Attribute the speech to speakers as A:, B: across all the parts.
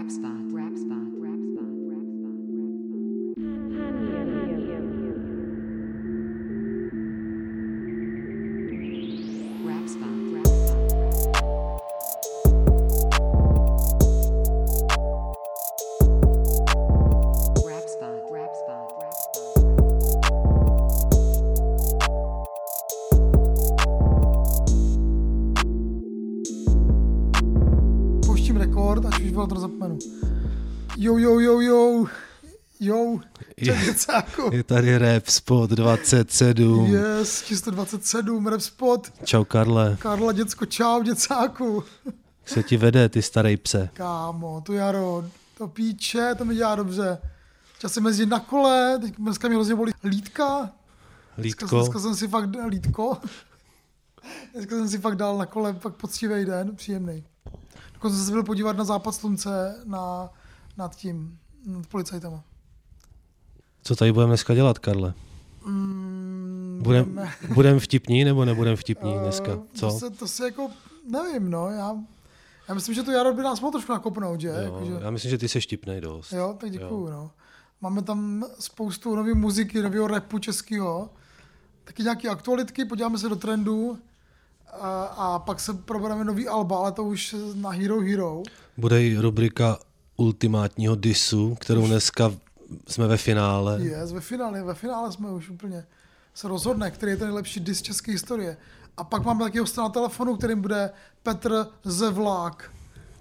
A: Rekord, ať už to zapomenu. Jo,
B: je tady Rap Spot 27.
A: Yes, číslo 27, Rap Spot.
B: Čau Karle.
A: Karla, děcko, čau, děcáku.
B: Jak se ti vede, ty starej pse?
A: Kámo, to jaro, to píče, to mi dělá dobře. Časem jezdit na kole, dneska mi hrozně bolí lítka. Dneska jsem si fakt lítko. Dneska jsem si fakt dal na kole fakt poctivý den, příjemný. Dokonce jsem se byl podívat na západ slunce nad policajtama.
B: Co tady budeme dneska dělat, Karle? Budeme vtipní nebo nebudeme vtipní dneska? Co?
A: To se jako, nevím, no. Já myslím, že to jaro by nás mohl trošku nakopnout, že?
B: Jo,
A: jakože...
B: Já myslím, že ty seš vtipnej dost.
A: Jo, tak děkuju, no. Máme tam spoustu nový muziky, nového rapu českého. Taky nějaké aktualitky, podíváme se do trendu. A pak se probereme nový alba, ale to už na Hero.
B: Bude i rubrika ultimátního disu, kterou dneska jsme ve finále.
A: Yes, ve finále jsme už úplně se rozhodne, který je ten nejlepší dis české historie. A pak máme taky hosta na telefonu, kterým bude Petr Zevlák.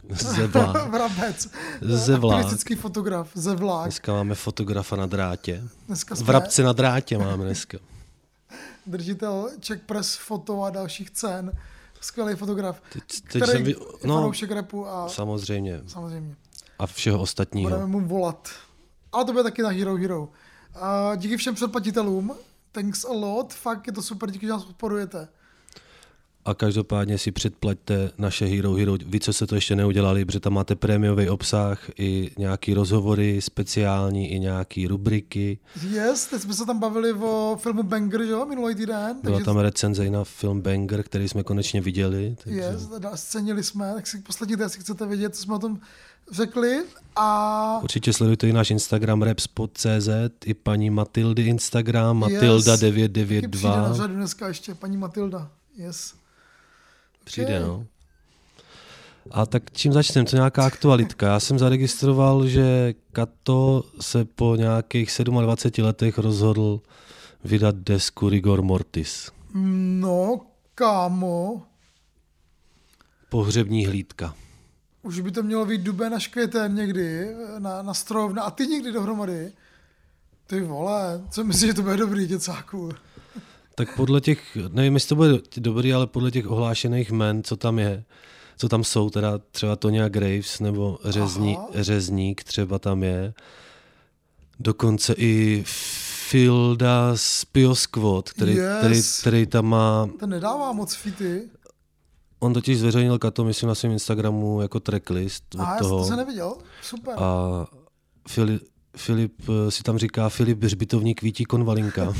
A: Vrabec. Aktivistický fotograf Zevlák.
B: Dneska máme fotografa na drátě. Vrabce na drátě máme dneska.
A: Držitel Czech Press Foto a dalších cen. Skvělý fotograf, který je fanoušek rapu. A
B: samozřejmě.
A: Samozřejmě.
B: A všeho ostatního.
A: Budeme mu volat. Ale to bude taky na Hero. Díky všem předplatitelům. Thanks a lot. Fakt je to super, díky, že nás podporujete.
B: A každopádně si předplaťte naše Hero. Vy, co se to ještě neudělali, protože tam máte prémiový obsah i nějaký rozhovory speciální, i nějaký rubriky.
A: Yes, teď jsme se tam bavili o filmu Banger, že jo, minulý týden.
B: Byla tam recenze na film Banger, který jsme konečně viděli. Takže...
A: Yes, scenili jsme, tak si posledníte, jestli chcete vědět, co jsme o tom řekli. A...
B: Určitě sledujte i náš Instagram rapspot.cz, i paní Matildy Instagram, Matilda992.
A: Přijde na řadu dneska ještě, paní Matilda. Yes.
B: Přijde, no. A tak čím začneme? To nějaká aktualitka. Já jsem zaregistroval, že Kato se po nějakých 27 letech rozhodl vydat desku Rigor Mortis.
A: No, kámo.
B: Pohřební hlídka.
A: Už by to mělo být duben až květen někdy, na strovna. A ty někdy dohromady. Ty vole, co myslíš, že to bude dobrý, děcáku?
B: Tak podle těch, nevím, jestli to bude dobrý, ale podle těch ohlášených jmen, co tam jsou, teda třeba Tonya Graves nebo Řezník třeba tam je. Dokonce i Filda z Pio Squad, který tam má...
A: Ten nedává moc fity.
B: On totiž zveřejnil Kato, myslím, na svém Instagramu jako tracklist od toho.
A: Já to jsem neviděl, super.
B: A Filip si tam říká Filip Hřbitovník Vítí Konvalinka.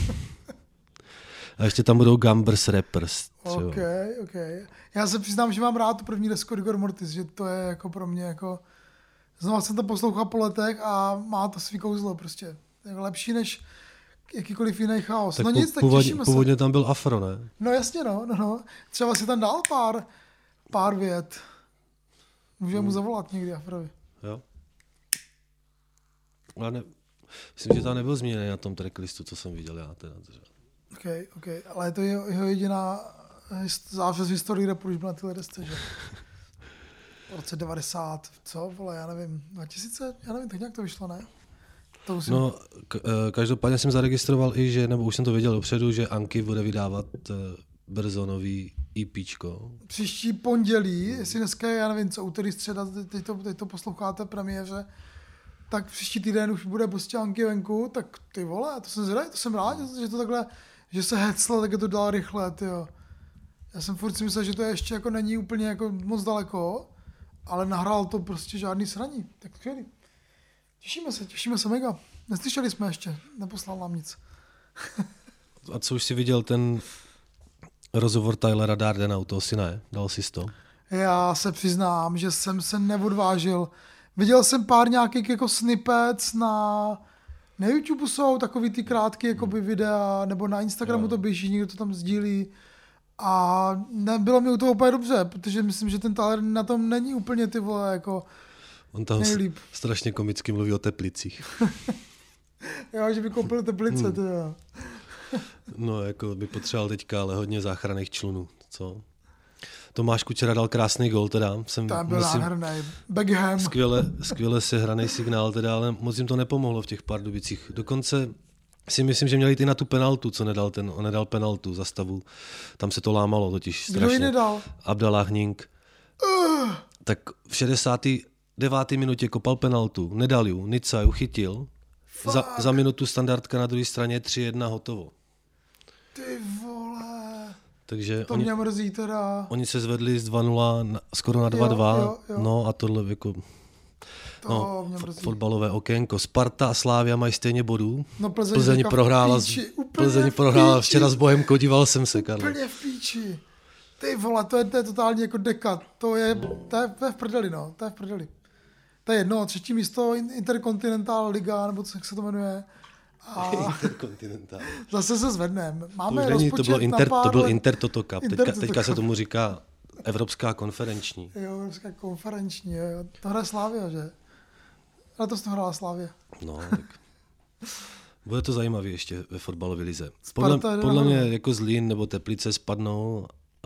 B: A ještě tam budou Gambers Rappers.
A: OK. Já se přiznám, že mám rád tu první desku Rigor Mortis, že to je jako pro mě jako... Znovu jsem to poslouchal po letech a má to svý kouzlo prostě. Jako lepší než jakýkoliv jiný chaos.
B: Tak
A: no nic, tak těšíme se.
B: Původně tam byl Afro, ne?
A: No jasně, no. Třeba si tam dal pár vět. Můžeme mu zavolat někdy Afrovi.
B: Jo. Ale myslím, že tam nebyl zmíněný na tom tracklistu, co jsem viděl já teda.
A: OK, ale je to jeho jediná zářez v historii rapu, když byl na tyhle desce, že? V roce 90, co, vole, já nevím, 2000, já nevím, tak nějak to vyšlo, ne? To musím...
B: No, každopádně jsem zaregistroval i, že, nebo už jsem to věděl dopředu, že Anky bude vydávat brzo nový EPčko.
A: Příští pondělí, jestli dneska je, já nevím, co, úterý, středa, teď to posloucháte premiéře, tak příští týden už bude prostě Anky venku, tak ty vole, to jsem rád, že to takhle, že se heclo, tak je to dál rychle, tyjo. Já jsem furt si myslel, že to ještě jako není úplně jako moc daleko, ale nahrál to prostě žádný sraní, tak skvělý. Těšíme se mega. Neslyšeli jsme ještě, neposlal nám nic.
B: A co už jsi viděl ten rozhovor Tylera Dardena, u toho si ne? Dal jsi to?
A: Já se přiznám, že jsem se neodvážil Viděl jsem pár nějakých jako snippets na YouTube jsou takový ty krátké jakoby videa, nebo na Instagramu to běží, někdo to tam sdílí. A nebylo mi u toho úplně dobře, protože myslím, že ten Thaler na tom není úplně ty vole jako
B: on tam
A: nejlíp.
B: strašně komicky mluví o Teplicích.
A: Jo, že by koupil Teplice, to jo.
B: No, jako by potřeboval teďka, ale hodně záchranných člunů, co? Tomáš Kučera dal krásný gól, teda.
A: To byl nádherný. Beckham.
B: Skvěle si hraný signál, teda, ale moc jim to nepomohlo v těch Pardubicích. Dokonce si myslím, že měli jít i na tu penaltu, co nedal on nedal penaltu za stavu. Tam se to lámalo totiž strašně.
A: Kdo ji nedal?
B: Abdallah Hning. Tak v 69. minutě kopal penaltu, nedal ju, Nica ju chytil. Za minutu standardka na druhé straně 3-1 hotovo.
A: Ty vole.
B: Takže
A: to mě mrzí teda.
B: Oni se zvedli z 2-0 skoro na 2-2.
A: Jo.
B: No a tohle jako...
A: To mě mrzí.
B: Fotbalové okénko. Sparta a Slavia mají stejně bodů.
A: No
B: Plzeň prohrála včera s Bohemkou, díval jsem se, Karle.
A: Úplně v píči. Ty vole, to je totálně jako deka. To je v prdeli, no. To je v prdeli. To je jedno, 3. místo Intercontinental Liga, nebo co se to jmenuje. A
B: Intercontinental.
A: Zase se zvedneme. Máme
B: to byl Inter Toto Cup. Teďka se tomu říká Evropská konferenční.
A: Jo, Evropská konferenční, jo. To hraje Slavia, že? Ale to hrála Slavia.
B: No, tak... Bude to zajímavé ještě ve fotbalové lize. Podle mě jako Zlín nebo Teplice spadnou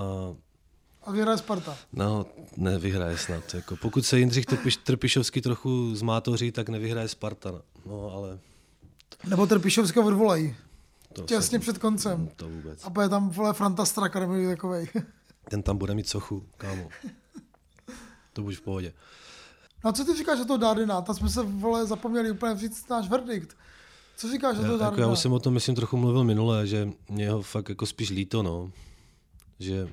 A: a vyhraje Sparta.
B: No, nevyhraje snad. Jako, pokud se Jindřich Trpišovský trochu zmátoří, tak nevyhraje Sparta. No, ale...
A: Nebo Trpišovského odvolají. Těsně před koncem.
B: To vůbec.
A: A bude tam Franta Straka nebo takovej.
B: Ten tam bude mít sochu, kámo. To buď v pohodě.
A: No a co ty říkáš o toho Dardena? Tam jsme se zapomněli úplně říct náš verdikt. Co říkáš o toho Dardena?
B: Já už jsem o tom, myslím, trochu mluvil minule, že mě ho fakt jako spíš líto, no. Že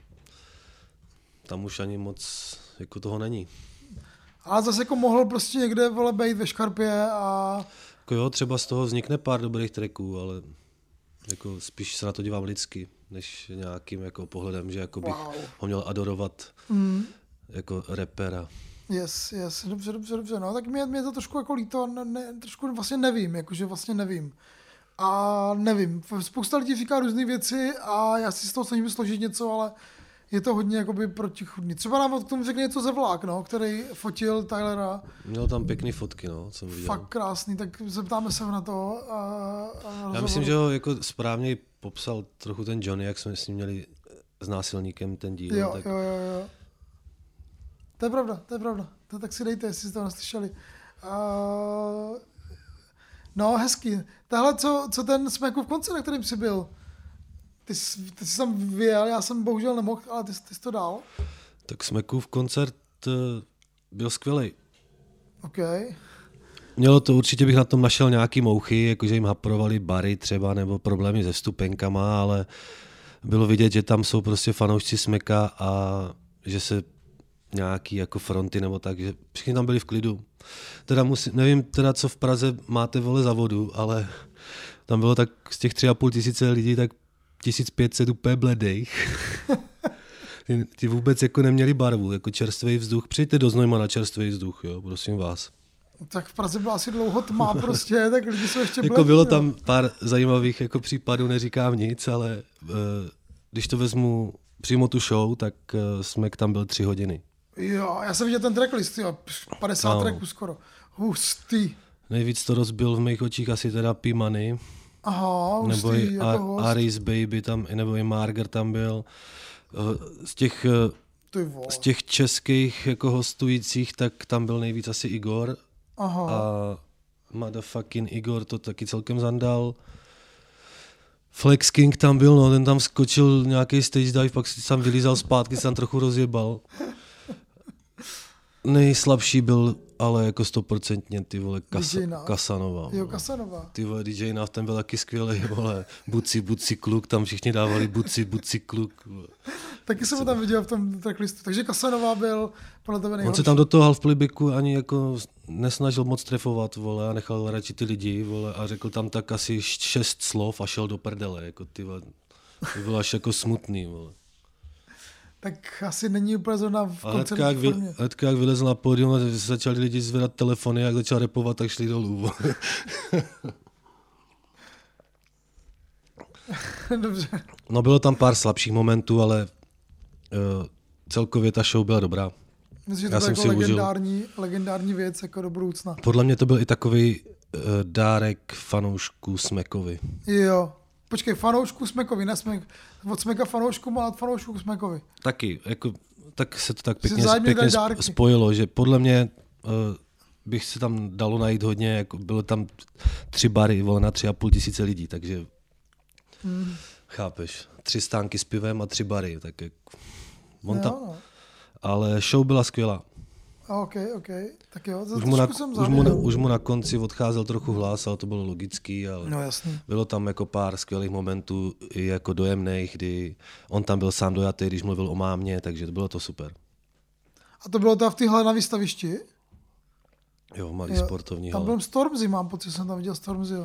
B: tam už ani moc jako toho není.
A: Ale zase jako mohl prostě někde bejt ve škarpě a...
B: Jako jo, třeba z toho vznikne pár dobrých tracků, ale jako spíš se na to dívám lidsky, než nějakým jako pohledem, že jako bych ho měl adorovat jako rapera.
A: Yes, dobře. No, tak mě to trošku jako líto, trošku vlastně nevím, jakože vlastně nevím. A nevím, spousta lidí říká různé věci a já si z toho snažím složit něco, ale je to hodně jakoby protichůdný. Třeba nám k tomu řekne něco ze Vlák, no, který fotil Tylera.
B: Měl tam pěkný fotky, no, jsem viděl.
A: Fakt krásný, tak zeptáme se na to.
B: Já myslím, že ho jako správně popsal trochu ten Johnny, jak jsme s ním měli s násilníkem ten díl.
A: Jo,
B: tak...
A: jo. To je pravda. To tak si dejte, jestli jste to neslyšeli. No, hezký. Tahle, co ten Smekův koncert, na kterým jsi byl? Ty jsi tam vyjel, já jsem bohužel nemohl, ale ty jsi to dal.
B: Tak Smekův koncert byl skvělej.
A: OK.
B: Mělo to, určitě bych na tom našel nějaký mouchy, jakože jim haprovaly bary třeba, nebo problémy se vstupenkama, ale bylo vidět, že tam jsou prostě fanoušci Smeka a že se nějaký jako fronty nebo tak, že všichni tam byli v klidu. Teda nevím teda, co v Praze máte vole za vodu, ale tam bylo tak z těch 3,5 tisíce lidí, tak 1500 úplně bledejch. Ti vůbec jako neměli barvu, jako čerstvý vzduch. Přijďte do Znojma na čerstvý vzduch, jo, prosím vás.
A: Tak v Praze byla asi dlouho tma prostě, tak lidi jsou ještě bledí.
B: Jako bylo tam pár zajímavých jako případů, neříkám nic, ale když to vezmu přímo tu show, tak Smek tam byl 3 hodiny.
A: Jo, já jsem viděl ten tracklist, jo, 50 tracků skoro. Hustý.
B: Nejvíc to rozbil v mých očích asi teda P-Money.
A: Aha, hustý,
B: nebo i
A: jako
B: Aris Baby tam, nebo i Marger tam byl. Z těch českých jako hostujících, tak tam byl nejvíc asi Igor.
A: Aha.
B: A motherfucking Igor to taky celkem zandal. Flex King tam byl, no, ten tam skočil nějaký stage dive, pak si tam vylízal zpátky, se tam trochu rozjebal. Nejslabší byl ale jako 100% ty vole Kasanova.
A: Jo, Kasanova.
B: Ty vole DJ Nav, ten byl taky skvělý, vole. Buci kluk, tam všichni dávali buci kluk.
A: Taky jsem ho tam viděl v tom tracklistu. Takže Kasanova byl podle tebe nejhorší.
B: On se tam do toho half playbacku ani jako nesnažil moc trefovat, vole, a nechal radši ty lidi, vole, a řekl tam tak asi 6 slov a šel do prdele, jako ty vole. To bylo až jako smutný, vole.
A: tak asi není úplně zrovna v koncertní formě.
B: Hnedka jak vylezl na pódium a začali lidi zvedat telefony, jak začal rapovat, tak šli dolů.
A: Dobře.
B: No bylo tam pár slabších momentů, ale celkově ta show byla dobrá.
A: Myslím, že to byla jako legendární věc jako do budoucna.
B: Podle mě to byl i takový dárek fanoušků Smekovi.
A: Jo. Počkej, fanoušků Smekovi, ne Smek. Od Smeka fanoušků má fanoušků Smekovi.
B: Taky, jako, tak se to tak pěkně spojilo, že podle mě bych se tam dalo najít hodně, jako bylo tam 3 bary, vole, na 3,5 tisíce lidí, takže chápeš, 3 stánky s pivem a 3 bary, tak jak, ale show byla skvělá.
A: OK. Tak jo,
B: už mu na konci odcházel trochu hlas, ale to bylo logický, ale bylo tam jako pár skvělých momentů, i jako dojemných, kdy on tam byl sám dojatý, když mluvil o mámě, takže to bylo to super.
A: A to bylo tam v téhle na výstavišti?
B: Jo, malý sportovní
A: hal. Tam byl Stormzy, mám pocit, jsem tam viděl Stormzyho.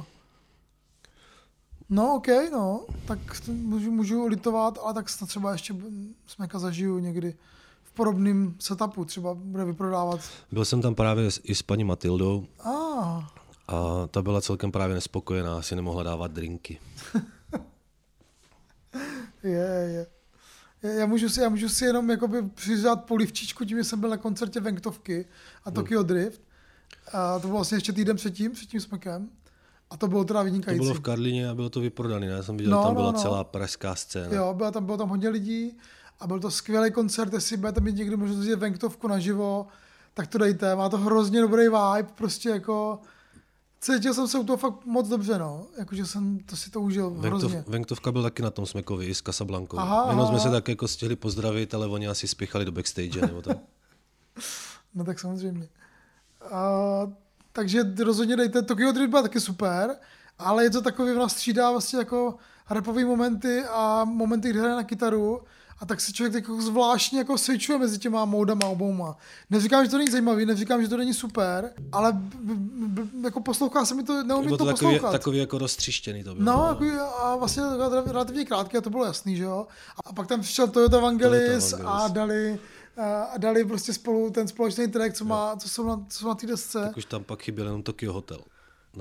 A: No OK, no, tak můžu litovat, ale tak třeba ještě Smeka zažiju někdy v podobném setupu, třeba bude vyprodávat. Byl jsem tam právě i s paní Matildou a ta byla celkem právě nespokojená, asi nemohla dávat drinky. Je. Já můžu si jenom jakoby přizat polivčičku, tím, že jsem byl na koncertě Venktovky a Tokyo Drift. A to bylo vlastně ještě týden před tím Smekem. A to bylo teda vynikající. To bylo v Karlíně a bylo to vyprodané, já jsem viděl, tam byla celá pražská scéna. Jo, bylo tam hodně lidí a byl to skvělý koncert, jestli budete mít někdy možnost vidět Venktovku naživo, tak to dejte, má to hrozně dobrý vibe, prostě jako cítil jsem se u toho fakt moc dobře, no, jakože jsem si to užil hrozně. Venktovka byl taky na tom Smekovi i s Casablankou. Jenom jsme se tak jako stihli pozdravit, ale oni asi spěchali do backstage nebo tak. No tak samozřejmě. Takže rozhodně dejte, Tokyo Drift byla taky super, ale je to takový, ona střídá vlastně jako rapový momenty a momenty, kdy hraje na kytaru a tak se člověk jako zvláštně jako switchuje mezi těma módama obouma. Neříkám, že to není zajímavý, neříkám, že to není super, ale jako poslouchá se mi to, neumím to poslouchat. Takový jako roztřištěný to bylo. No, jako, a vlastně relativně krátký a to bylo jasný, že jo. A pak tam přišel Toyota Vangelis a dali prostě spolu ten společný track, co jsou na té desce. Tak už tam pak chyběl jenom Tokyo Hotel. Ne?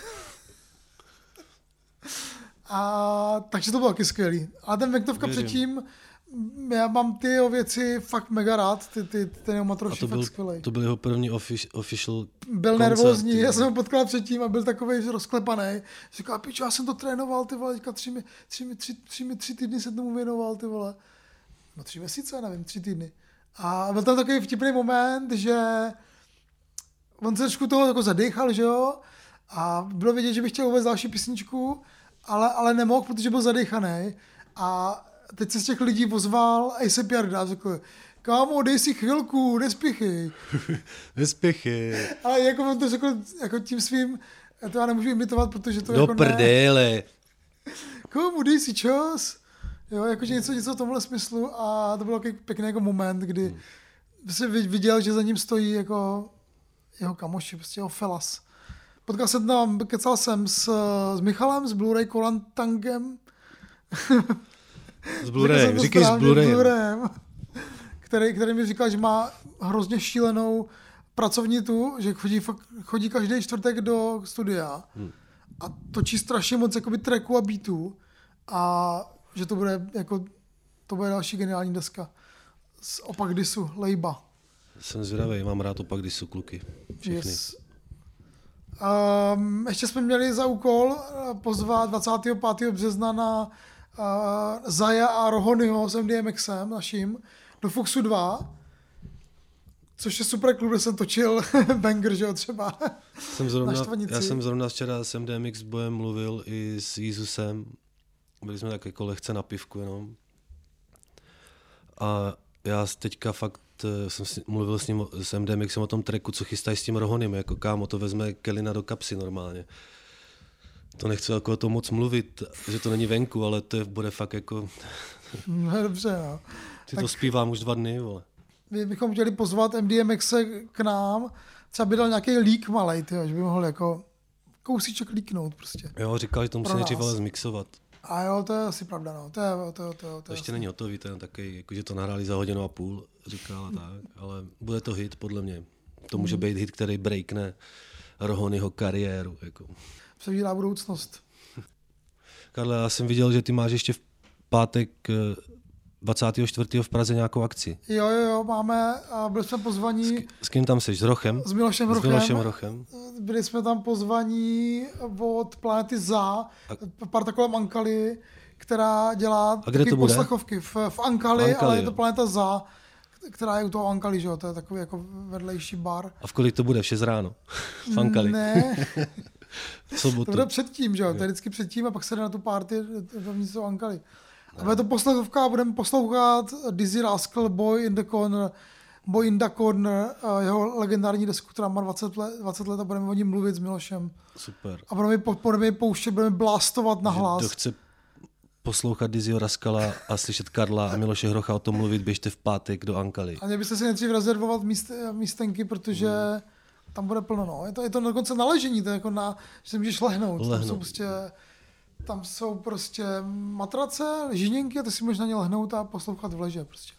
A: Takže to bylo taky skvělý. A ten Venktovka předtím, já mám ty jeho věci fakt mega rád, ten jeho Matroš je fakt skvělej. To byl jeho první official byl koncert, nervózní, já jsem ho potkal předtím a byl takovej rozklepaný. Říkal, pičo, já jsem to trénoval, ty vole, teďka 3 týdny se tomu věnoval, ty vole. No 3 měsíce, nevím, 3 týdny. A byl tam takový vtipný moment, že on se trošku toho jako zadechal, že jo? A bylo vidět, že by chtěl uvést další písničku, ale nemohl, protože byl zadechaný. A teď se z těch lidí ozval A$AP Yarda a řekl, kámo, dej si chvilku, nespěchej. Nespěchej. Ale jako on to řekl jako tím svým, já to já nemůžu imitovat, protože to jako prdele. Kámo, dej si čas. Jo, jakože něco v tomhle smyslu a to byl takový pěkný jako moment, kdy se viděl, že za ním stojí jako jeho kamoši, prostě jeho felas. Kecal jsem s Michalem, s Blu-ray Kolantangem. S Blu-ray, říkej s Blu-rayem. Který mi říkal, že má hrozně šílenou pracovnitu, že chodí každý čtvrtek do studia a točí strašně moc jakoby tracků a beatů a že to bude další geniální deska z Opak Disu, Lejba. Jsem zvědavý, mám rád Opak Disu, kluky. Všechny. Yes. Ještě jsme měli za úkol pozvat 25. března na Zaja a Rohonyho s MDMXem naším do Foxu 2, což je super klub, kde jsem točil banger, že jo, třeba. Já jsem zrovna včera s MDMX bojem mluvil i s Jesusem. Byli jsme tak jako lehce na pivku jenom. A já teďka fakt jsem mluvil s ním, s MDMXem o tom tracku, co chystají s tím Rohonym, jako kámo, to vezme Kelina do kapsy normálně. To nechci jako o tom moc mluvit, že to není venku, ale to bude fakt jako... No dobře, no. Ty tak to zpívám už 2 dny, vole. My bychom chtěli pozvat MDMXe k nám, třeba by dal nějaký lík malej, tyjo, že by mohl jako kousíček líknout prostě. Jo, říkal, že to musí nejdřív ale zmixovat. A jo, to je asi pravda, no. To
B: ještě není hotový, ten taky, jakože to nahráli za 1,5 hodiny, říkal a tak, ale bude to hit, podle mě. To může být hit, který breakne Rohonyho kariéru. Jako.
A: Převírá budoucnost.
B: Karle, já jsem viděl, že ty máš ještě v pátek 24. v Praze nějakou akci.
A: Jo, máme a byli jsme pozvaní...
B: S kým tam jsi? S Rochem?
A: S Milošem
B: Rochem.
A: Byli jsme tam pozvaní od Planety Za, pár takové Ankali, která dělá taky poslechovky v Ankali, ale je to Planeta Za, která je u toho Ankali, že jo, to je takový jako vedlejší bar.
B: A v kolik to bude? V 6 ráno? V Ankali?
A: Ne.
B: Sobotu.
A: To bude předtím, že jo, to je vždycky předtím a pak se jde na tu party dovnitř toho Ankali. A bude to poslechovka a budeme poslouchat Dizzy Rascal, Boy in the Corner, jeho legendární desku, která má 20 let a budeme o ní mluvit s Milošem.
B: Super.
A: A budeme pouštět, budeme blastovat na hlas.
B: Kdo chce poslouchat Dizzyho Rascala a slyšet Karla a Miloše Hrocha o tom mluvit, běžte v pátek do Ankali.
A: A měli byste si nejdřív rezervovat místenky, protože tam bude plno. No. Je to dokonce na ležení, to je jako že si můžeš lehnout. Tam jsou prostě matrace, žíněnky a ty si můžeš na ně lehnout a poslouchat v leže. Prostě.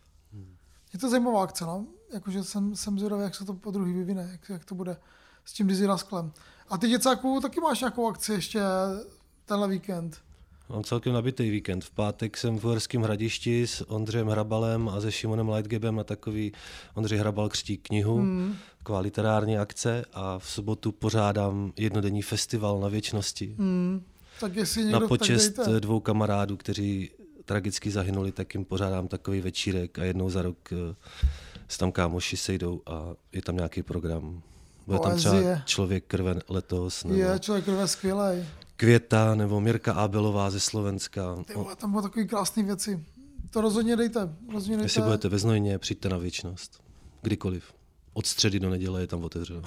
A: Je to zajímavá akce, no? Jakože jsem zvědavý, jak se to po druhý vyvine, jak to bude s tím Dizzy Rascalem. A ty, děcáku, taky máš nějakou akci ještě tenhle víkend?
B: Mám celkem nabitý víkend. V pátek jsem v Uherském Hradišti s Ondřejem Hrabalem a se Šimonem Lightgabem na takový Ondřej Hrabal křtí knihu, taková literární akce a v sobotu pořádám jednodenní festival na věčnosti.
A: Tak jestli někdo,
B: na počest
A: tak
B: 2 kamarádů, kteří tragicky zahynuli, tak jim pořádám takový večírek a jednou za rok se tam kámoši sejdou a je tam nějaký program. Bude tam třeba Člověk krve letos.
A: Nebo Člověk krve skvělej.
B: Květa nebo Mirka Ábelová ze Slovenska.
A: Tam budou takový krásné věci. To rozhodně dejte.
B: Jestli budete ve Znojmě, přijďte na věčnost. Kdykoliv. Od středy do neděle je tam otevřeno.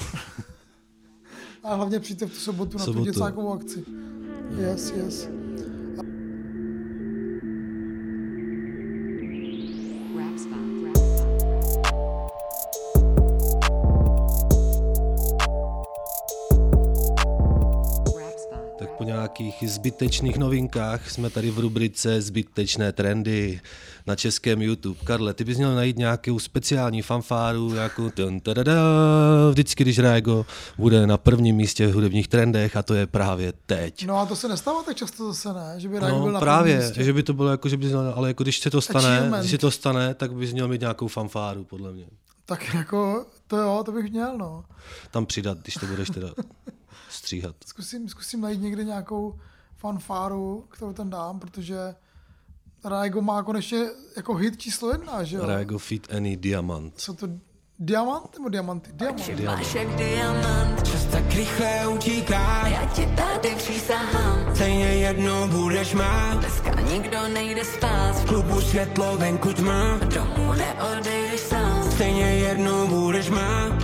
A: A hlavně přijďte v tu sobotu na tu děcákovou akci. Yes.
B: Po nějakých zbytečných novinkách jsme tady v rubrice Zbytečné trendy na českém YouTube. Karle, ty bys měl najít nějakou speciální fanfáru, nějakou vždycky, když Raigo bude na prvním místě v hudebních trendech a to je právě teď.
A: No a to se nestává tak často zase, ne? Že by Raigo byl na
B: právě,
A: prvním místě.
B: Že by to bylo jako, že bys měl, ale jako když se to stane, tak bys měl mít nějakou fanfáru, podle mě.
A: Tak jako, to bych měl, no.
B: Tam přidat, když to budeš teda stříhat.
A: Zkusím najít někde nějakou fanfáru, kterou tam dám, protože Raigo má konečně jako hit číslo 1, že jo?
B: Raigo feat. Any Diamant.
A: Co to diamant nebo diamanty?
C: Diamant. Máš jak diamant, čas tak rychle utíká. Já ti tady přísahám, stejně jednou budeš má. Dneska nikdo nejde spát, v klubu světlo, venku tma. Domů neodejdeš sám, stejně jednou budeš má.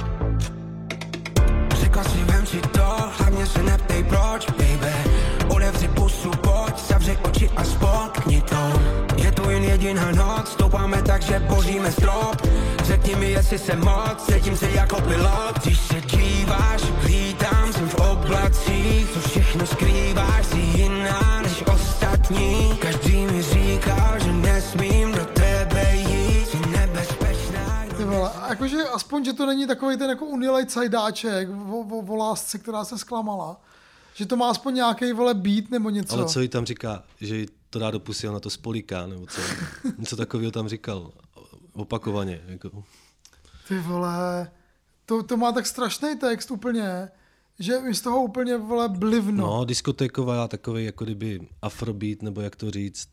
C: Řekla si, vem si to, hlavně se neptej proč, baby. Odevři pusu, pojď, zavři oči a spolkni to. Je tu jen jediná noc, stoupáme tak, že boříme strop. Řekni mi, jestli jsem moc, cítím se jako pilot. Když se díváš, vítám, jsem v oblacích. Co všechno skrýváš, jsi jiná než ostatní. Každý mi říká, že nesmím do tebe jít, jsi nebezpečná.
A: Jakože aspoň, že to není takový ten jako unilej cajdáček o lásce, která se zklamala. Že to má aspoň nějaký beat nebo něco.
B: Ale co jí tam říká, že jí to dá do pusy, ona to spolíká, nebo co? Něco takového tam říkal opakovaně. Jako.
A: Ty vole, to má tak strašný text úplně, že mi z toho úplně blivno.
B: No, diskotéková, takový jako kdyby afrobeat, nebo jak to říct.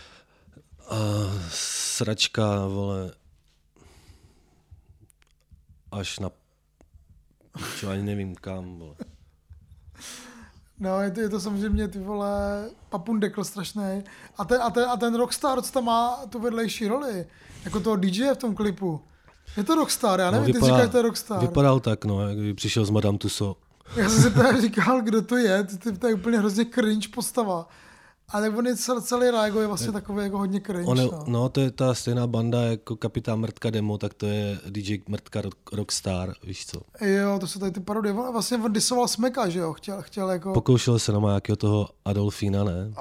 B: Sračka, vole, až na... Čo, ani nevím kam, vole.
A: No, je to samozřejmě, ty vole, papundekl strašnej. A ten rockstar, co tam má tu vedlejší roli, jako toho DJ v tom klipu. Je to rockstar, já nevím, ty říkáš, to je rockstar.
B: Vypadal tak, no, jak by přišel z Madame Tussauds.
A: Já jsem si právě říkal, kdo to je, to je úplně hrozně cringe postava. A tak on je celý Raigo je vlastně takový jako hodně cringe.
B: No, to je ta stejná banda jako Kapitán Mrtka Demo, tak to je DJ Mrtka Rockstar, víš co.
A: Jo, to jsou tady ty parodie. Vlastně on disoval Smeka, že jo, chtěl jako...
B: Pokoušel se na nějakého toho Adolfína, ne?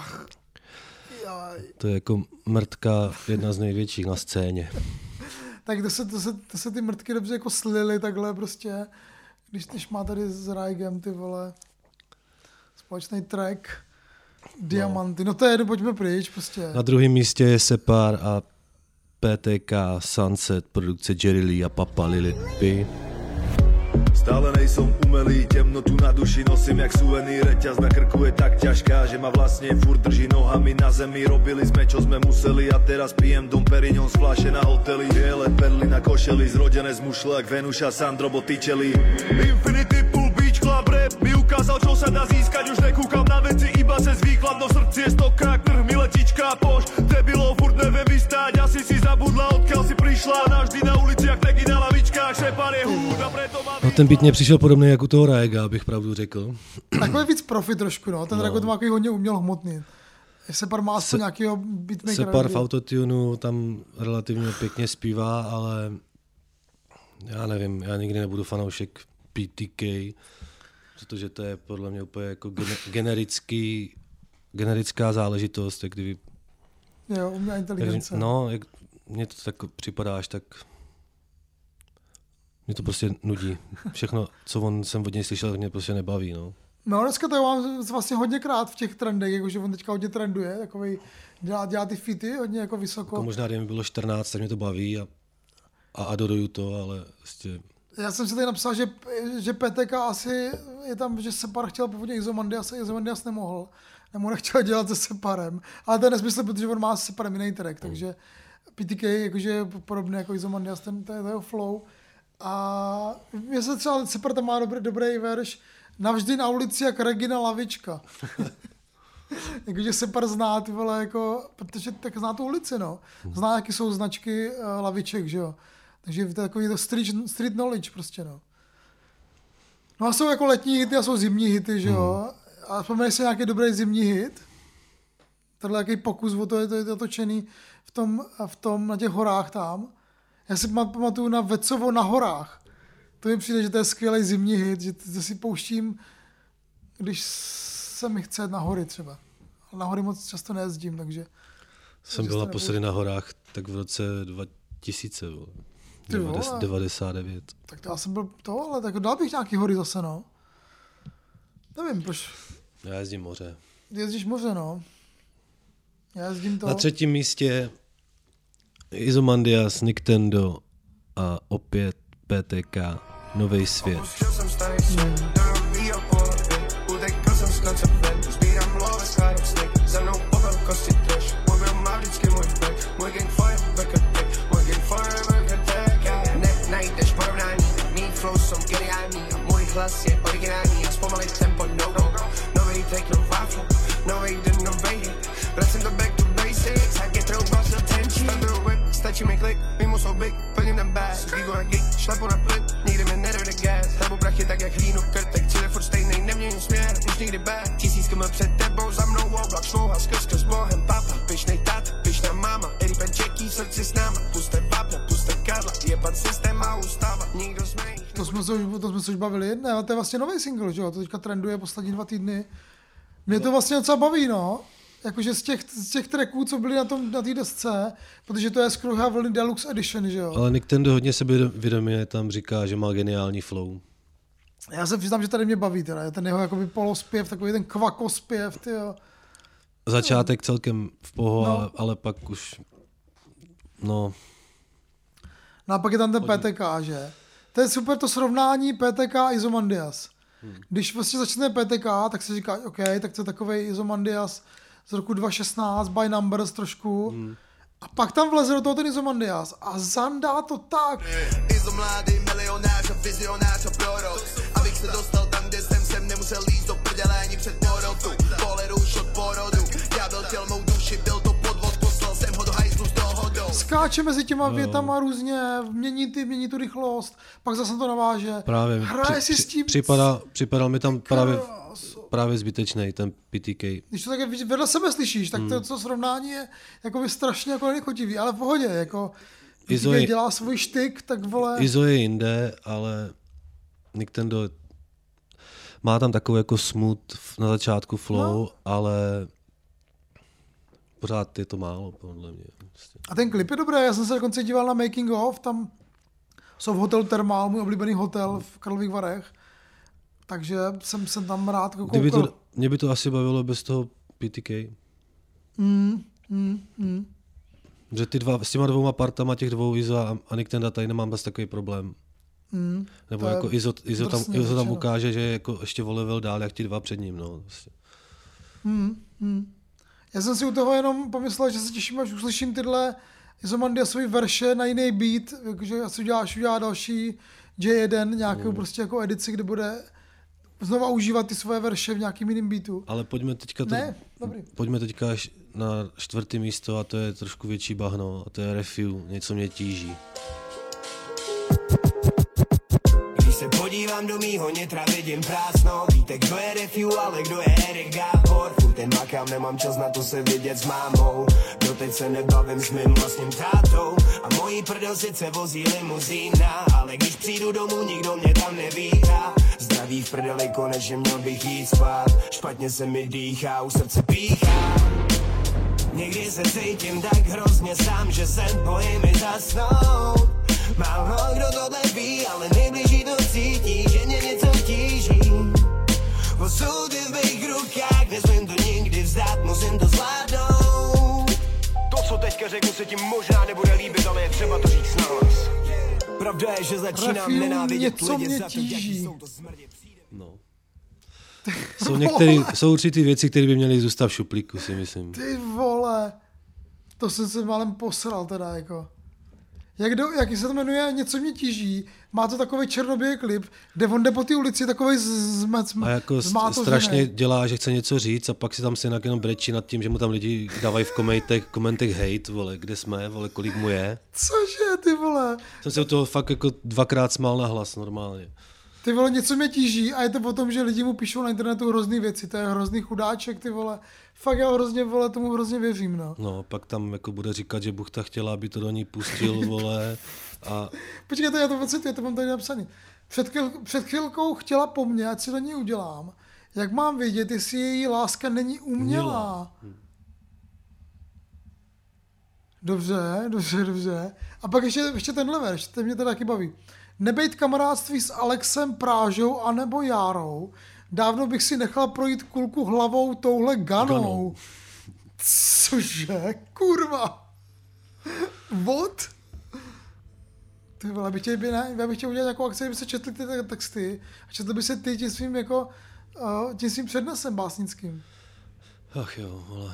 B: To je jako Mrtka, jedna z největších na scéně.
A: Tak to se ty mrtky dobře jako slily takhle prostě, když má tady s Raigem ty vole společný track Diamanty. No to je, pojďme pryč prostě.
B: Na druhém místě je Separ a PTK Sunset, produkce Jerry Lee a Papa Lily P.
D: Stále nejsem umelý, temnotu na duši nosím jak suvenír, reťaz na krku je tak ťažká, že ma vlastne furt drží nohami na zemi, robili sme čo sme museli a teraz pijem Dom Perignon z fľaše na hoteli, biele perly na košeli, zrodené z mušle, jak Venuša, Sandro, Botticelli. Infinity Pool Beach Club Rap mi ukázal, čo sa dá získať, už nekúkam na veci, iba se zvýklad, no srdci je stokrát, trh mi letička, poš, debilo, furt neviem vystáť, asi si zabudla, odkiaľ si prišla, navždy na ulici, jak teky na lavičkách, šepar je hud a preto má...
B: No ten beat mě přišel podobný jak u toho Raiga, abych pravdu řekl.
A: Takový víc profi trošku, no. Ten Raigo to má takový hodně uměl hmotný. Separ má aspoň nějakýho beatmakera.
B: Separ v autotunu tam relativně pěkně zpívá, ale já nevím, já nikdy nebudu fanoušek PTK, protože to je podle mě úplně jako generická záležitost, jak kdyby...
A: Jo, umělá inteligence.
B: No, jak mně to tak připadáš, tak... Mě to prostě nudí. Všechno, co jsem od něj slyšel, mě prostě nebaví. No
A: dneska to mám vlastně hodněkrát v těch trendech, jakože on teďka hodně trenduje, takovej, dělá ty fity hodně jako vysoko.
B: Jako možná, kdyby mi bylo 14, tak mě to baví a adoruju to, ale prostě...
A: Já jsem si tady napsal, že PTK asi je tam, že Separ chtěl původně Izomandias a Izomandias nemohl. Nebo nechtěl dělat se Separem. Ale to je nesmysl, protože on má s Separem jiný track, takže PTK jakože podobný jako Izomandias, to je jeho flow. A mě se třeba Separ tam má dobrý verš, navždy na ulici jak Regina Lavička. Jakože Separ zná ty vole, jako, protože tak zná tu ulici, no. Zná, jaký jsou značky laviček, že jo. Takže to je takový to street knowledge prostě, no. No a jsou jako letní hity a jsou zimní hity, že jo. A vzpomeneš si nějaký dobrý zimní hit? Tohle jaký pokus o to je točený v tom na těch horách tam. Já si pamatuju na Vecovo na horách. To mi přijde, že to je skvělý zimní hit, že to si pouštím, když se mi chce jet na hory třeba. Ale na hory moc často nejezdím, takže...
B: Jsem byl naposledy na horách tak v roce 2000, 99.
A: Tak to já jsem byl to, ale tak dal bych nějaký hory zase, no. Nevím, proč...
B: Já jezdím moře.
A: Jezdíš moře, no. Já jezdím to...
B: Na třetím místě Izomandias, Nintendo a opět PTK, Nový svět.
C: Hlas je originální, jak zpomalit tempo, nový take, no váflo, nový den, no bejde, vracím to back to basics, I get through boss attention, standard whip, stačí mi klik, mimo jsou big, plním ten bag, výgo na gig, šlapu na plyn, nikdy mi nedojde gas, hlavu brachy tak jak hlínu krtek, cíle furt stejnej, neměním směr, už nikdy back, tisíckama před tebou, za mnou oblak, šlouhal skrz bohem, papa, pyšnej tata, pyšná máma, Eripen Jackie, srdci s náma, puste vápna, puste Karla, jebat systém a ústava, nikdo z mých.
A: To jsme se už bavili, ne, a to je vlastně nový single, že jo, to teďka trenduje poslední 2 týdny. Mě to vlastně docela baví, no, jakože z těch tracků, co byly na té desce, protože to je z Kruha vlny Deluxe Edition, že jo.
B: Ale Nintendo hodně sebevědomě tam říká, že má geniální flow.
A: Já se přiznám, že tady mě baví, teda, ten jeho jakoby polospěv, takový ten kvakospěv, tyjo.
B: Začátek celkem v poho, no. ale pak už, no.
A: No a pak je tam ten PTK, že? To je super to srovnání PTK a Izomandias. Když vlastně začne PTK, tak se říká, OK, tak to je takovej Izomandias z roku 2016, by numbers trošku. A pak tam vleze do toho ten Izomandias a zandá to tak.
E: Izo mladý milionář a vizionář a prorok. Abych se dostal tam, kde jsem nemusel líst do prdele ani před porotu. Poledu už od porodu, já byl chtěl mou duši, byl to podvod, poslal jsem ho do hajzlu z dohodou.
A: Skáče mezi těma větama různě, mění tu rychlost, pak zase to naváže.
B: Právě,
A: hraje si s tím.
B: Připadal mi tam právě právě zbytečný ten PTK.
A: Když to tak vedle sebe slyšíš, tak to srovnání je jako strašně jako nechotivý, ale v pohodě, jako když dělá svůj štyk, tak vole...
B: Izo je jinde, ale Nintendo má tam takový jako smooth na začátku flow, ale pořád je to málo, podle mě.
A: A ten klip je dobrý, já jsem se dokonce díval na Making of, tam jsou v hotelu Thermal, můj oblíbený hotel v Karlových Varech, takže jsem tam rád koukal.
B: Mě by to asi bavilo bez toho PTK. Že s těma dvouma partama těch dvou Izo a Nintendo tady nemám bez takový problém. Nebo jako Izo tam ukáže, že je jako ještě o level dál, jak ti dva před ním. No.
A: Já jsem si u toho jenom pomyslel, že se těším, až uslyším tyhle Izomandiasový verše na jiný beat, že asi udělá další J1, nějakou prostě jako edici, kde bude znova užívat ty svoje verše v nějakým jiným beatu.
B: Ale pojďme teďka na 4. místo a to je trošku větší bahno a to je Refu, něco mě tíží.
C: Když se podívám do mýho nitra, vidím prázdno. Víte, kdo je Refu, ale kdo je Erik Gábor. Furt ten makám, nemám čas na to se vidět s mámou. Doteď se nebavím s mým vlastním tátou. A mojí prdel sice vozí limuzína, ale když přijdu domů, nikdo mě tam nevítá. Zdraví v prdeli, konečně měl bych jít spát. Špatně se mi dýchá, u srdce píchá. Někdy se cítím tak hrozně sám, že se bojím i zasnout. Málo kdo tohle ví, ale nejbližší to cítí, že mě něco tíží. Osud je v mých rukách, nesmím to nikdy vzdát, musím to zvládnout. To, co teďka řeknu, se ti možná nebude líbit, ale je třeba to říct nahlas. Pravda je, že začínám nenávidět lidi za to, jaký jsou to smrdě.
B: No. Jsou určitý věci, které by měly zůstat v šuplíku, si myslím.
A: Ty vole, to jsem se málem posral teda, jako. Jak se to jmenuje, něco mě tíží, má to takový černobílý klip, kde on jde po té ulici takovej
B: a jako strašně dělá, že chce něco říct a pak si tam synak jenom brečí nad tím, že mu tam lidi dávají v komentech hate, vole, kde jsme, vole, kolik mu je.
A: Cože, ty vole?
B: Jsem se u toho fakt jako 2krát smál na hlas normálně.
A: Ty vole, něco mě tíží a je to o tom, že lidi mu píšou na internetu hrozný věci, to je hrozný chudáček, ty vole. Fakt já tomu hrozně věřím, no.
B: No, pak tam jako bude říkat, že Buchta chtěla, aby to do ní pustil, vole, a...
A: Počkejte, já to pocituji, já to mám tady napsaný. Před chvilkou chtěla po mně, ať si do ní udělám. Jak mám vědět, jestli její láska není umělá? Dobře. A pak ještě tenhle verš, ten mě teda taky baví. Nebejt kamarádství s Alexem Prážou anebo Járou, dávno bych si nechal projít kulku hlavou touhle ganou. Cože? Kurva. What? Ty vole, já bych chtěl udělat nějakou akci, kdyby se četli ty texty a četli by se ty tím svým přednesem básnickým.
B: Ach jo, vole.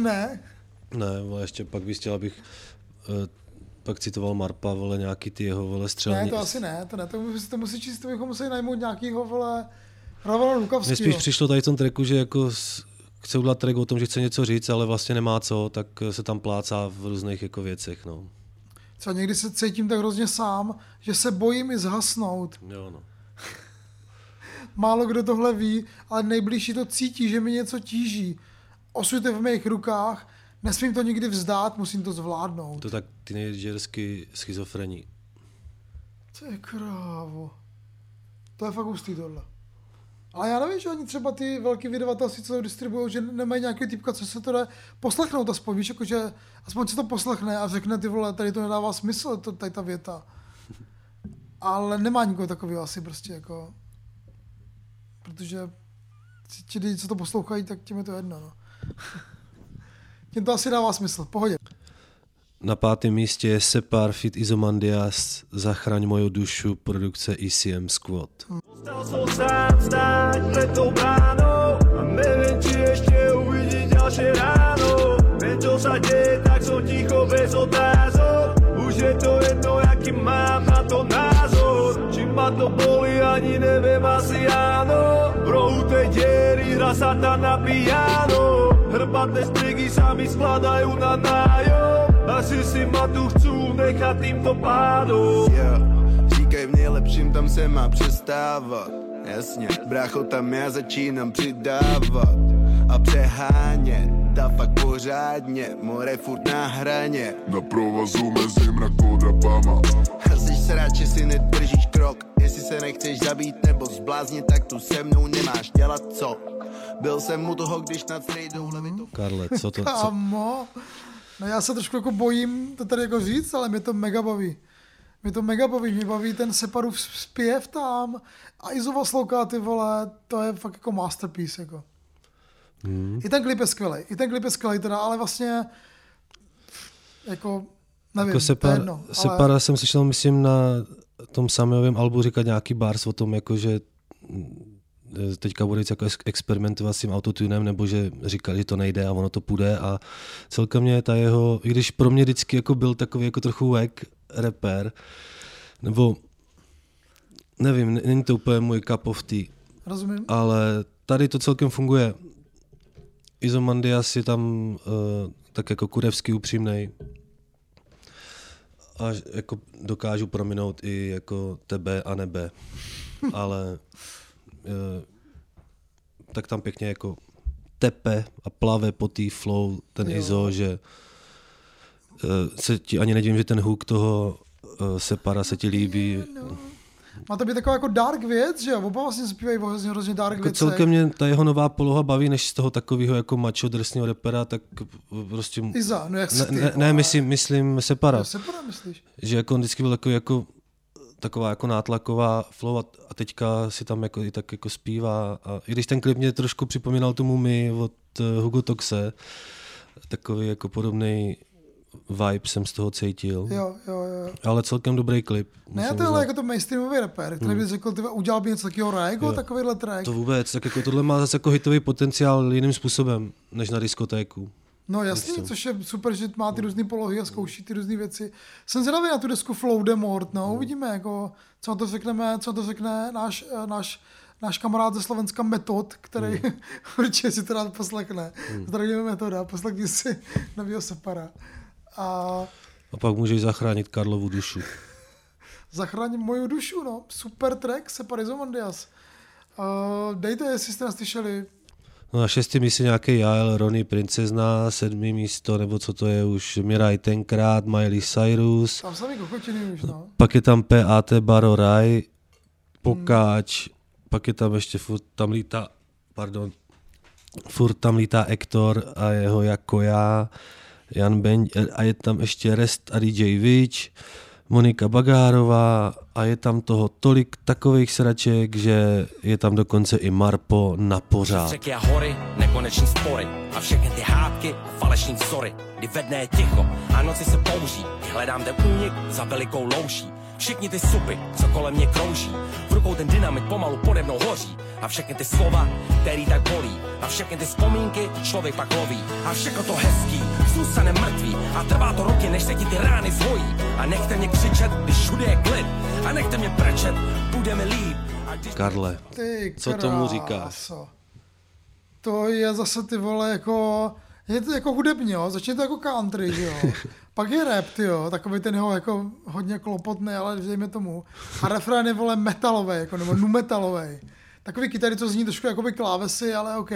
A: Ne,
B: vole, ještě pak bys chtěl, abych pak citoval Marpa, vole, nějaký ty jeho, vole, střelní.
A: Ne, to asi ne, to musí číst, to bychom museli najmout nějakýho, vole, Ravana Lukavskýho.
B: Mně spíš přišlo tady v tom tracku, že jako chce udělat track o tom, že chce něco říct, ale vlastně nemá co, tak se tam plácá v různých jako věcech, no.
A: Třeba někdy se cítím tak hrozně sám, že se bojím i zhasnout.
B: Jo, no.
A: Málo kdo tohle ví, ale nejbližší to cítí, že mi něco tíží. Osud je v mých rukách, nesmím to nikdy vzdát, musím to zvládnout.
B: To tak teenagersky schizofrení.
A: To je krávo. To je fakt hustý tohle. Ale já nevím, že oni třeba ty velký vydavatelství, co to distribují, že nemají nějaký typka, co se to jde poslechnout aspoň, víš, jako, že aspoň se to poslechne a řekne, ty vole, tady to nedává smysl, tady ta věta. Ale nemá nikoho takového asi prostě, jako, protože ti lidi, co to poslouchají, tak tím je to jedno, no. Tím to asi dává smysl, pohodě.
B: Na 5. místě je Separ feat. Izomandias, Zachraň moju dušu, produkce ECM Squad.
F: Stal som sám stáť pred tou bránou a neviem, či ešte uvidí ďalšie ráno. Viem, čo sa deje, tak som ticho bez otázok. Už je to jedno, aký mám na to názor. Či ma to bolí, ani neviem, asi áno. V rohu tej diery hrá Satan na piano. Hrbatné strigy sa mi skladajú na nájom. Asi si ma tu chcú nechať týmto pádom.
E: Říkaj v nejlepším, tam se má přestávat. Jasně, brácho, tam já začínám přidávat a přehánět, ta fakt pořádně, more furt na hraně.
G: Na provazu mezi mrakodrapama.
E: A jsi sráč, že si nedržíš krok, jestli se nechceš zabít nebo zbláznit, tak tu se mnou nemáš dělat co. Byl jsem u toho, když nad strejdou levitou...
B: Karle, co to...
A: Kámo, no já se trošku jako bojím to tady jako říct, ale mě to mega baví. Mě baví ten Separův zpěv tam a Izova sloka, ty vole, to je fakt jako masterpiece, jako. I ten klip je skvělej teda, ale vlastně jako nevím,
B: jako Separa jsem slyšel, myslím, na tom Samiovém albu říkat nějaký bars o tom, jako že teďka bude jako experimentovat s tím autotunem, nebo že říkali, že to nejde a ono to půjde a celkem mě ta jeho, i když pro mě vždycky jako byl takový jako trochu wack rapper, nebo nevím, není to úplně můj cup of tea.
A: Rozumím.
B: Ale tady to celkem funguje. Izomandias je tam tak jako kurevsky upřímnej a jako dokážu prominout i jako tebe a nebe, ale tak tam pěkně jako tepe a plave po té flow ten Izo, že se ti ani nedivím, že ten hook toho Separa se ti líbí.
A: No. Má to být taková jako dark věc, že jo? Oba vlastně zpívají hrozně dark
B: jako
A: věci.
B: Celkem mě ta jeho nová poloha baví, než z toho takového jako macho drsného rapera, tak prostě...
A: Iza, no jak si ty,
B: ne, myslím Separa.
A: Jo, Separa myslíš?
B: Že jako on vždycky byl takový jako taková jako nátlaková flow a teďka si tam jako i tak jako zpívá. A i když ten klip mě trošku připomínal tomu My od Hugo Toxe, takový jako podobný vibe jsem z toho cítil.
A: Jo.
B: Ale celkem dobrý klip.
A: Ne, to je jako to mainstreamový rapper, který bys řekl, udělal by něco takového rajko, takovýhle track.
B: To vůbec, tak jako tohle má zase jako hitový potenciál jiným způsobem, než na diskotéku.
A: No jasně, což je super, že má ty různé polohy a zkouší ty různé věci. Jsem zvědavý na tu desku Flow the Mort, no, uvidíme, jako, co na to řekne náš kamarád ze Slovenska Metod, který určitě si to rád poslechne. Zdravíme Metoda, poslechni si novýho Separa. A
B: pak můžeš zachránit Karlovu dušu.
A: Zachráním moju dušu, no. Super track, Separ Izomandias. Dejte, jestli jste nás slyšeli.
B: No na 6. místě nějaký Jael, Ronnie Princezna, 7. místo, nebo co to je už, Miraj tenkrát, Miley Cyrus.
A: Tam samý kokotiny už, no.
B: Pak je tam PAT Baro Rai, Pokáč, pak je tam ještě furt tam lítá Ektor a jeho Jako já, Jan Ben, a je tam ještě Rest a DJ Witch, Monika Bagárová a je tam toho tolik takových sraček, že je tam dokonce i Marpo na pořád.
H: Řeky a hory, nekoneční spory a všechny ty hádky a falešní vzory, kdy ve dne je ticho a noci se použí, hledám ten únik za velikou louší. Všichni ty supy, co kolem mě krouží, v rukou ten dynamit pomalu pode mnou hoří a všechny ty slova, který tak bolí a všechny ty vzpomínky člověk pak loví a všechno to hezký zůstane mrtvý a trvá to roky, než se ti ty rány zhojí a nechte mě křičet, když všude je klid a nechte mě brečet, bude mi líp.
B: Karle, co tomu říkáš?
A: To je zase ty vole jako, je to jako hudebně, jo? Začne to jako country, že jo. Pak je rap, tyjo, takový ten jeho jako hodně klopotný, ale dejme tomu. A refrén je vole metalový, jako, nebo nu metalový. Takový kytary, co zní trošku jakoby klávesy, ale OK.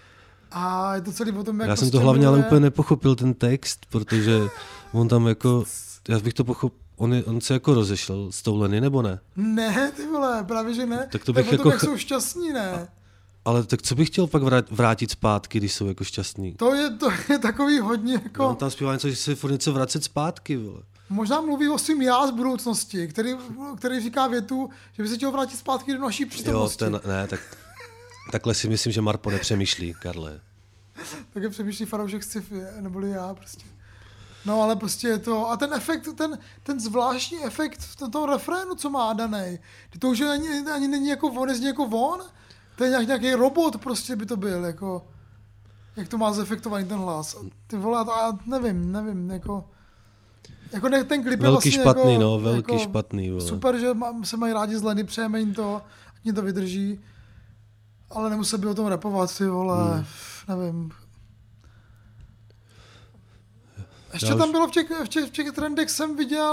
A: A je to celý o tom, jak
B: já jsem to hlavně ale úplně nepochopil ten text, protože on tam jako, já bych to pochopil, on se jako rozešel s tou Lenny, nebo ne?
A: Ne, ty vole, právě že ne.
B: Tak to bych
A: tak
B: jako...
A: jak jsou šťastní, ne?
B: Ale tak co bych chtěl pak vrátit zpátky, když jsou jako šťastný?
A: To je takový hodně jako...
B: No, tam zpívá něco, že se furt něco vracet zpátky, vole.
A: Možná mluví o svým já z budoucnosti, který říká větu, že by se chtěl vrátit zpátky do naší přítomnosti.
B: Jo, takhle si myslím, že Marpo nepřemýšlí, Karle.
A: Také přemýšlí fanoušek sci-fi, neboli já prostě. No ale prostě je to, a ten efekt, ten zvláštní efekt toho refrénu, co má danej, to už ani není jako on, nezní jako on, to je nějaký robot prostě by to byl, jako, jak to má zefektovaný ten hlas. Ty vole, a nevím, jako ne, ten klip je vlastně
B: špatný,
A: jako,
B: no, velký
A: jako
B: špatný, vole. Super,
A: že se mají rádi z Lenny, přejeme jim to, ať mě to vydrží, ale nemusel by o tom rapovat, ty vole, nevím. Ještě tam bylo v těch trendech jsem viděl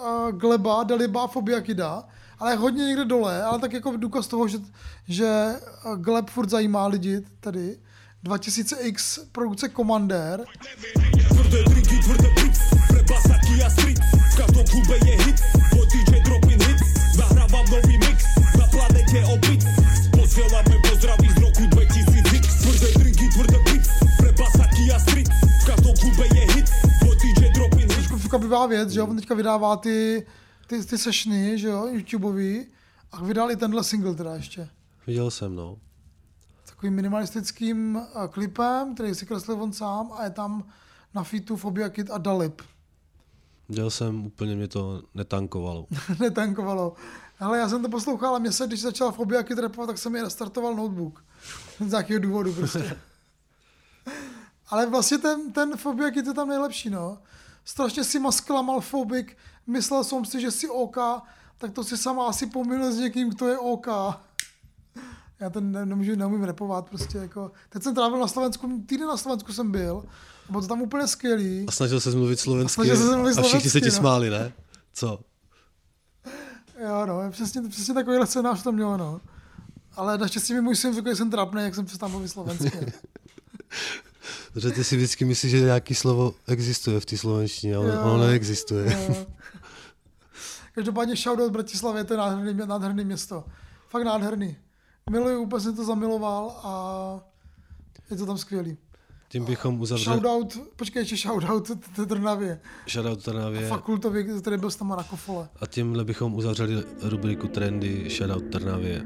A: Gleba, Daliba, Fobiakida, ale hodně někde dole, ale tak jako důkaz toho, že Gleb furt zajímá lidi tady. 2000X, produkce Commander.
F: Tvrdé drinky, tvrdé pic, pre basaky a street, v každom klube je hit, tvoj DJ Dropin hit, nahrávám nový mix, na planete obyt, posielame pozdraví z roku 2000X. Tvrdé drinky, tvrdé pic, pre basaky a street, v každom klube je hit, tvoj DJ Dropin hit.
A: Trošku překvapivá věc, že jo, on teďka vydává ty sessiony, že jo, YouTubeový, a vydal i tenhle single teda ještě.
B: Viděl jsem, no.
A: Takovým minimalistickým klipem, který si kreslil on sám a je tam na featu Fobiakid a Dalib.
B: Viděl jsem, úplně mě to netankovalo.
A: Netankovalo. Hele, já jsem to poslouchal a mě se, když začal Fobiakid rapovat, tak jsem mi restartoval notebook. Z nějakého důvodu prostě. Ale vlastně ten Fobiakid je tam nejlepší, no. Strašně si ma zklamal Fobik, myslel jsem si, že jsi OK, tak to si sama asi pomýlil s někým, kdo je OK. Já to neumím rapovat prostě jako. Teď jsem trávil na Slovensku, týden na Slovensku jsem byl, bylo to tam úplně skvělý.
B: A snažil se mluvit slovensky
A: a
B: všichni se ti smáli, ne? Co?
A: Jo, no, přesně takovýhle scénář to mělo, no. Ale naštěstí mi můj syn řekl, že jsem trapný, jak jsem přestal mluvit slovensky.
B: Protože ty si vždycky myslíš, že nějaký slovo existuje v té slovenštině, ale ono neexistuje.
A: Jo. Každopádně shoutout Bratislavě, to je nádherný město. Fakt nádherný. Miluju, úplně jsem to zamiloval a je to tam skvělý.
B: Tím bychom uzavřeli...
A: Ještě shoutout Trnavě.
B: Shoutout Trnavě.
A: A Fakultovi, který byl s náma na Kofole.
B: A tímhle bychom uzavřeli rubriku Trendy, shoutout Trnavě.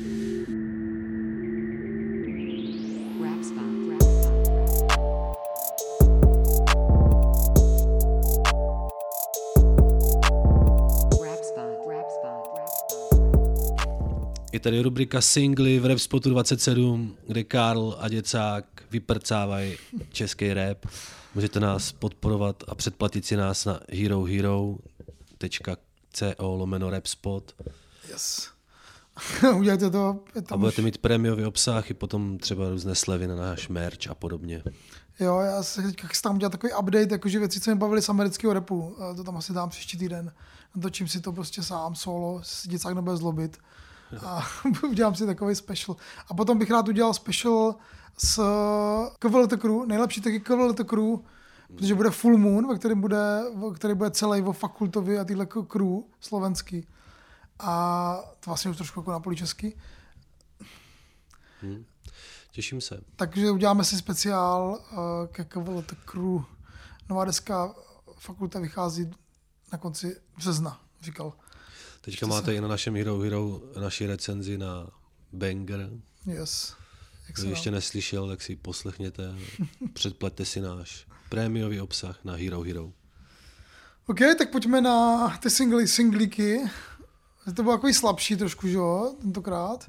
B: Je tady rubrika Singly v Rapspotu 27, kde Karl a Děcák vyprcávají český rap. Můžete nás podporovat a předplatit si nás na herohero.co/rapspot.
A: Yes. Udělejte to.
B: A budete mít prémiový obsah i potom třeba různé slevy na náš merch a podobně.
A: Jo, já se teďka chystám udělat takový update, jakože věci, co mi bavily z amerického rapu. To tam asi dám příští týden. Natočím si to prostě sám, solo, si Děcák nebude zlobit. A udělám si takový special. A potom bych rád udělal special s KVLT Crew, nejlepší taky KVLT Crew, protože bude Full Moon, který bude celý o Fakultovi a tyhle crew slovenský. A to vlastně už trošku jako na poli česky.
B: Těším se.
A: Takže uděláme si speciál ke KVLT Crew. Nová deska Fakulta vychází na konci března, říkal.
B: Teďka máte i na našem Hero naši recenzi na Banger.
A: Yes.
B: Kdo ještě neslyšel, tak si ji poslechněte. Předplaťte si náš prémiový obsah na Hero.
A: OK, tak pojďme na ty singlíky. To bylo takový slabší trošku, že jo, tentokrát.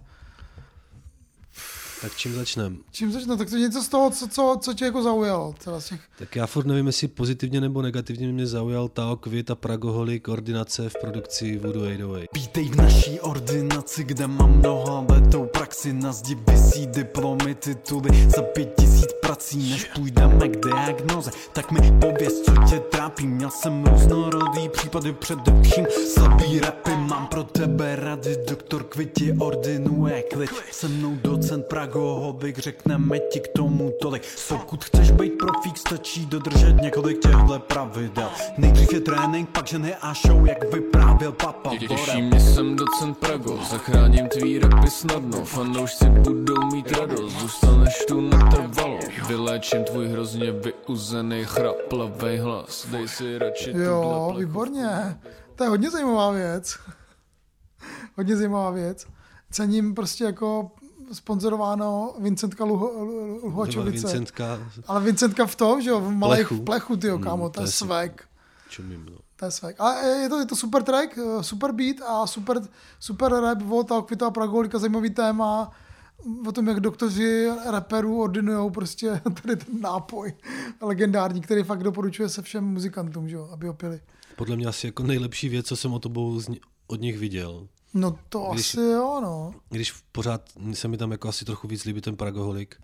B: Tak čím začneme?
A: Tak to něco z toho, co tě jako zaujalo.
B: Tak já furt nevím, jestli pozitivně nebo negativně mě zaujal Tao Kvit a Pragoholy koordinace v produkci Voodoo 808.
I: Vítej v naší ordinaci, kde mám mnohaletou praxi. Na zdi visí diplomy, tituly za 5000 prací. Než půjdeme k diagnoze, tak mi pověz, co tě trápí. Měl jsem různorodý případy, především slabý rapy. Mám pro tebe rady, doktor Kvit ti ordinuje klid. Se mnou docent Pragoholik, řekneme ti k tomu tolik. Pokud chceš být profík, stačí dodržet několik těchto pravidel. Nejdřív je trénink, pak ženy a show, jak vyprávěl Papa Borel.
J: Těší mě, jsem docent Prago, zachráním tvý rapy snadno. Fanoušci budou mít radost, zůstaneš tu natrvalo. Vyléčím tvůj hrozně vyuzený chraplavej hlas. Dej si radši tu
A: Jo, výborně. To je hodně zajímavá věc. Cením prostě jako sponzorováno Vincentka Luhačovice. Ale Vincentka v tom, že jo, v malých plechu, tyjo, kámo, to je swag.
B: Čumím, no.
A: To je swag. Ale je to super track, super beat a super rap od Tao Kvita a Pragoholika, zajímavý téma o tom, jak doktoři raperů ordinujou prostě tady ten nápoj legendární, který fakt doporučuje se všem muzikantům, že jo, aby ho pili.
B: Podle mě asi jako nejlepší věc, co jsem od nich viděl.
A: No to asi jo, no.
B: Když pořád se mi tam jako asi trochu víc líbí ten Pragoholik,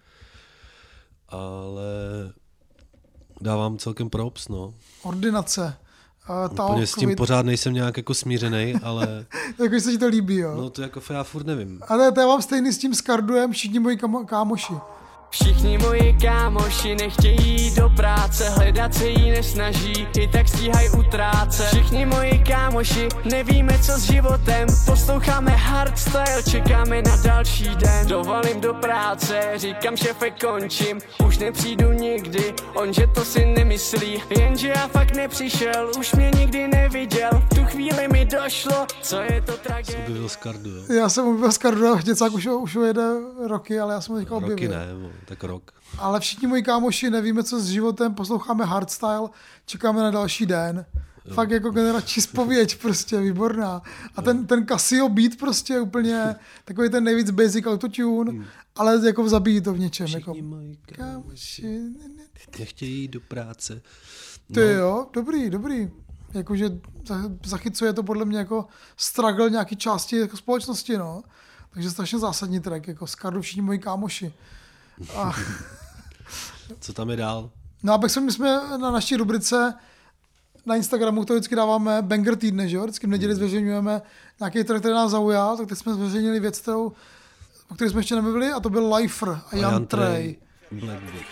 B: ale dávám celkem props, no.
A: Ordinace.
B: Úplně s tím pořád nejsem nějak jako smířenej, ale...
A: Jako se ti to líbí, jo?
B: No to jako já furt nevím.
A: Ale to já mám stejný s tím Skarduem, všichni moji kámoši.
K: Všichni moji kámoši nechtějí jít do práce, hledat se jí nesnaží, i tak stíhaj utrácet. Všichni moji kámoši nevíme co s životem, posloucháme hardstyle, čekáme na další den. Dovalím do práce, říkám šefe končím, už nepřijdu nikdy, on že to si nemyslí, jenže já fakt nepřišel, už mě nikdy neviděl, v tu chvíli mi došlo, co je to tragédie.
B: Jsi objevil Skardu, jo?
A: Já jsem objevil Skardu, děcák už jede roky, ale já jsem ho teďka objevil.
B: Roky ne, tak rok.
A: Ale všichni moji kámoši nevíme, co s životem, posloucháme hardstyle, čekáme na další den. Jo. Fakt jako generační zpověď, prostě výborná. A ten Casio beat prostě je úplně takový ten nejvíc basic autotune, ale jako zabíjí to v něčem.
B: Všichni
A: jako,
B: moji kámoši nechtějí do práce. No.
A: Ty jo, dobrý. Jakože zachycuje to podle mě jako struggle nějaký části jako společnosti, no. Takže strašně zásadní track, jako Skardu, všichni moji kámoši. A...
B: Co tam je dál?
A: No a pak my jsme na naší rubrice na Instagramu, to vždycky dáváme banger týdne, že jo? Vždycky v neděli zveřejňujeme nějaký track, který nás zaujal, tak teď jsme zveřejnili věc, o které jsme ještě nemluvili, a to byl Lifer a Jan Trey.
B: Blackbook.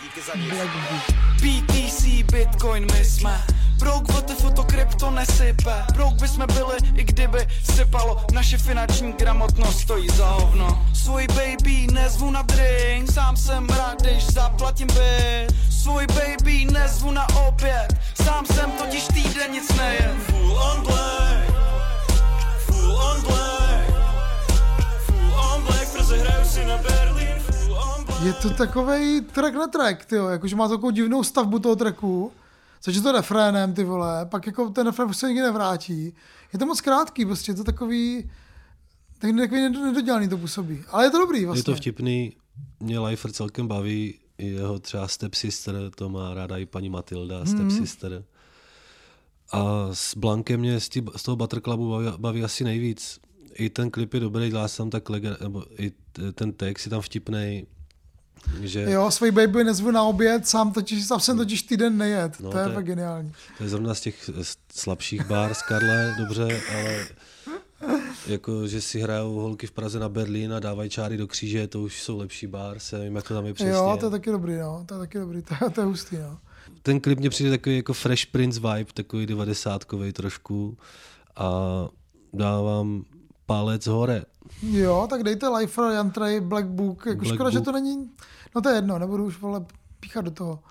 L: BTC, Bitcoin, my jsme brouk, WTF, to krypto nesype. Brouk bychom byli, i kdyby sypalo. Naše finanční gramotnost stojí za hovno. Svůj baby nezvu na drink, sám jsem rád, když zaplatím byt. Svůj baby nezvu na oběd, sám jsem totiž týden nic nejen. Full on black, full on black, full on black, rozehraju si na Berlín.
A: Je to takovej track na track, tyjo, jakože má takovou divnou stavbu toho tracku, začne to refrénem, ty vole, pak jako ten refrén se nikdy nevrátí. Je to moc krátký, prostě, je to takový nedodělaný to působí, ale je to dobrý vlastně.
B: Je to vtipný, mě Lifer celkem baví, jeho třeba Stepsister, to má ráda i paní Matilda, Stepsister. A s Blankem mě z toho Butter Clubu baví asi nejvíc. I ten klip je dobrý, dělá se tam tak nebo i ten text je tam vtipnej. Že...
A: Jo, svůj baby nezvu na oběd, sám jsem totiž týden nejet, no, to je fakt geniální.
B: To je zrovna z těch slabších bár z Karle, dobře, ale jako, že si hrajou holky v Praze na Berlín a dávají čáry do kříže, to už jsou lepší bár, se nevím, jak to tam je přesně.
A: Jo, to je taky dobrý, to je hustý, no.
B: Ten klip mě přijde takový jako Fresh Prince vibe, takový 90kovej trošku a dávám palec hore.
A: Jo, tak dejte Lifer, Jan Trey, Black Book, jako
B: Black
A: škoda,
B: Book.
A: že to není, no to je jedno, nebudu už píchat do toho.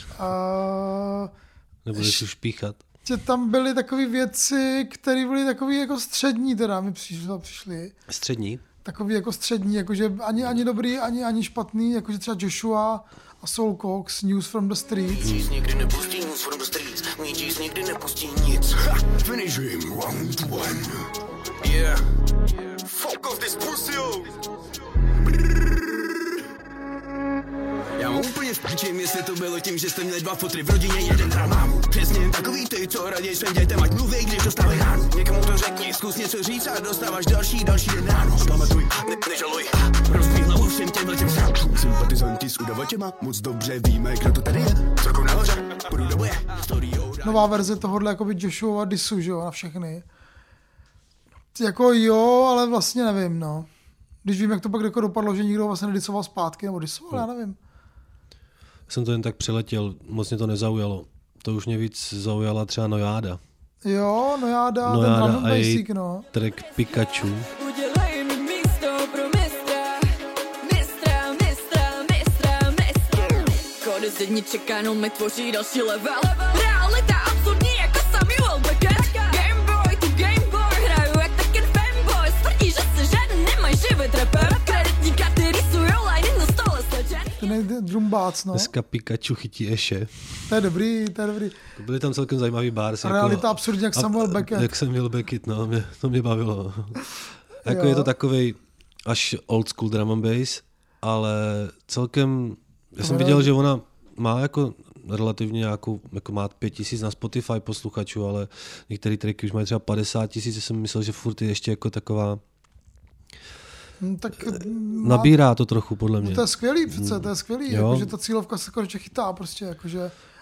B: Nebudeš už píchat.
A: Že tam byly takové věci, které byly takový jako střední, teda mi přišly.
B: Střední?
A: Takový jako střední, jakože ani dobrý, ani špatný, jakože třeba Joshua a Soul Cox, News from the Streets.
E: Nic nikdy nepustí, News from the Streets, nic nikdy nepustí nic. Finish him, round one. Yeah. Fuck off this pussy, yo. Já mám úplně vpičím, jestli to bylo tím, že jste měli 2 fotry v rodině, jeden dramámu. Přesně takový ty, co raději svým dětem, ať mluví, když dostávají ránu. Někomu to řekni, zkus něco říct a dostáváš další den ráno. Pamatuj, nežaluj, rozpíš hlavu všem těmhletěm sráčům. Sympatizanti s udavačema, moc dobře víme, kdo to tady je. S rukou nahoře, půjdu do boje.
A: Nová verze tohohle jakoby Joshua Dissu, že jo, na všechny. Jako jo, ale vlastně nevím, no. Když vím, jak to pak jako dopadlo, že nikdo vlastně nedisoval zpátky, nebo disoval, já nevím.
B: Jsem to jen tak přeletěl, moc mě to nezaujalo. To už mě víc zaujala třeba Nojáda.
A: Jo, Nojáda ten drum and basic, no.
B: Track Pikachu.
K: Udělej mi místo pro mistra. Ko 10 dní čeká, jenom mi tvoří další level. Realita absurdní jako Samuel Beckett. Gameboy, ty Gameboy, hraju jak taken fanboy. Stvrdí, že se žádný nemají živit rapper. Kreditní karty rysujou liny na stole slečen.
A: Ten je drumbác, no.
B: Dneska Pikachu chytí Eše.
A: To je dobrý.
B: Byly tam celkem zajímavý bars.
A: Realita
B: jako,
A: absurdní jak Samuel Beckett.
B: Jak Samuel Beckett, no, to mě bavilo. Jako je to takovej až old school drum and bass, ale celkem, já jsem viděl, že ona má jako relativně nějakou, jako má 5000 na Spotify posluchačů, ale některé tracky už mají třeba 50 000, jsem myslel, že furt je ještě jako taková.
A: Tak
B: nabírá to trochu, podle mě.
A: No to je skvělý přece, to je skvělý, jakože ta cílovka se konečně chytá prostě, jakože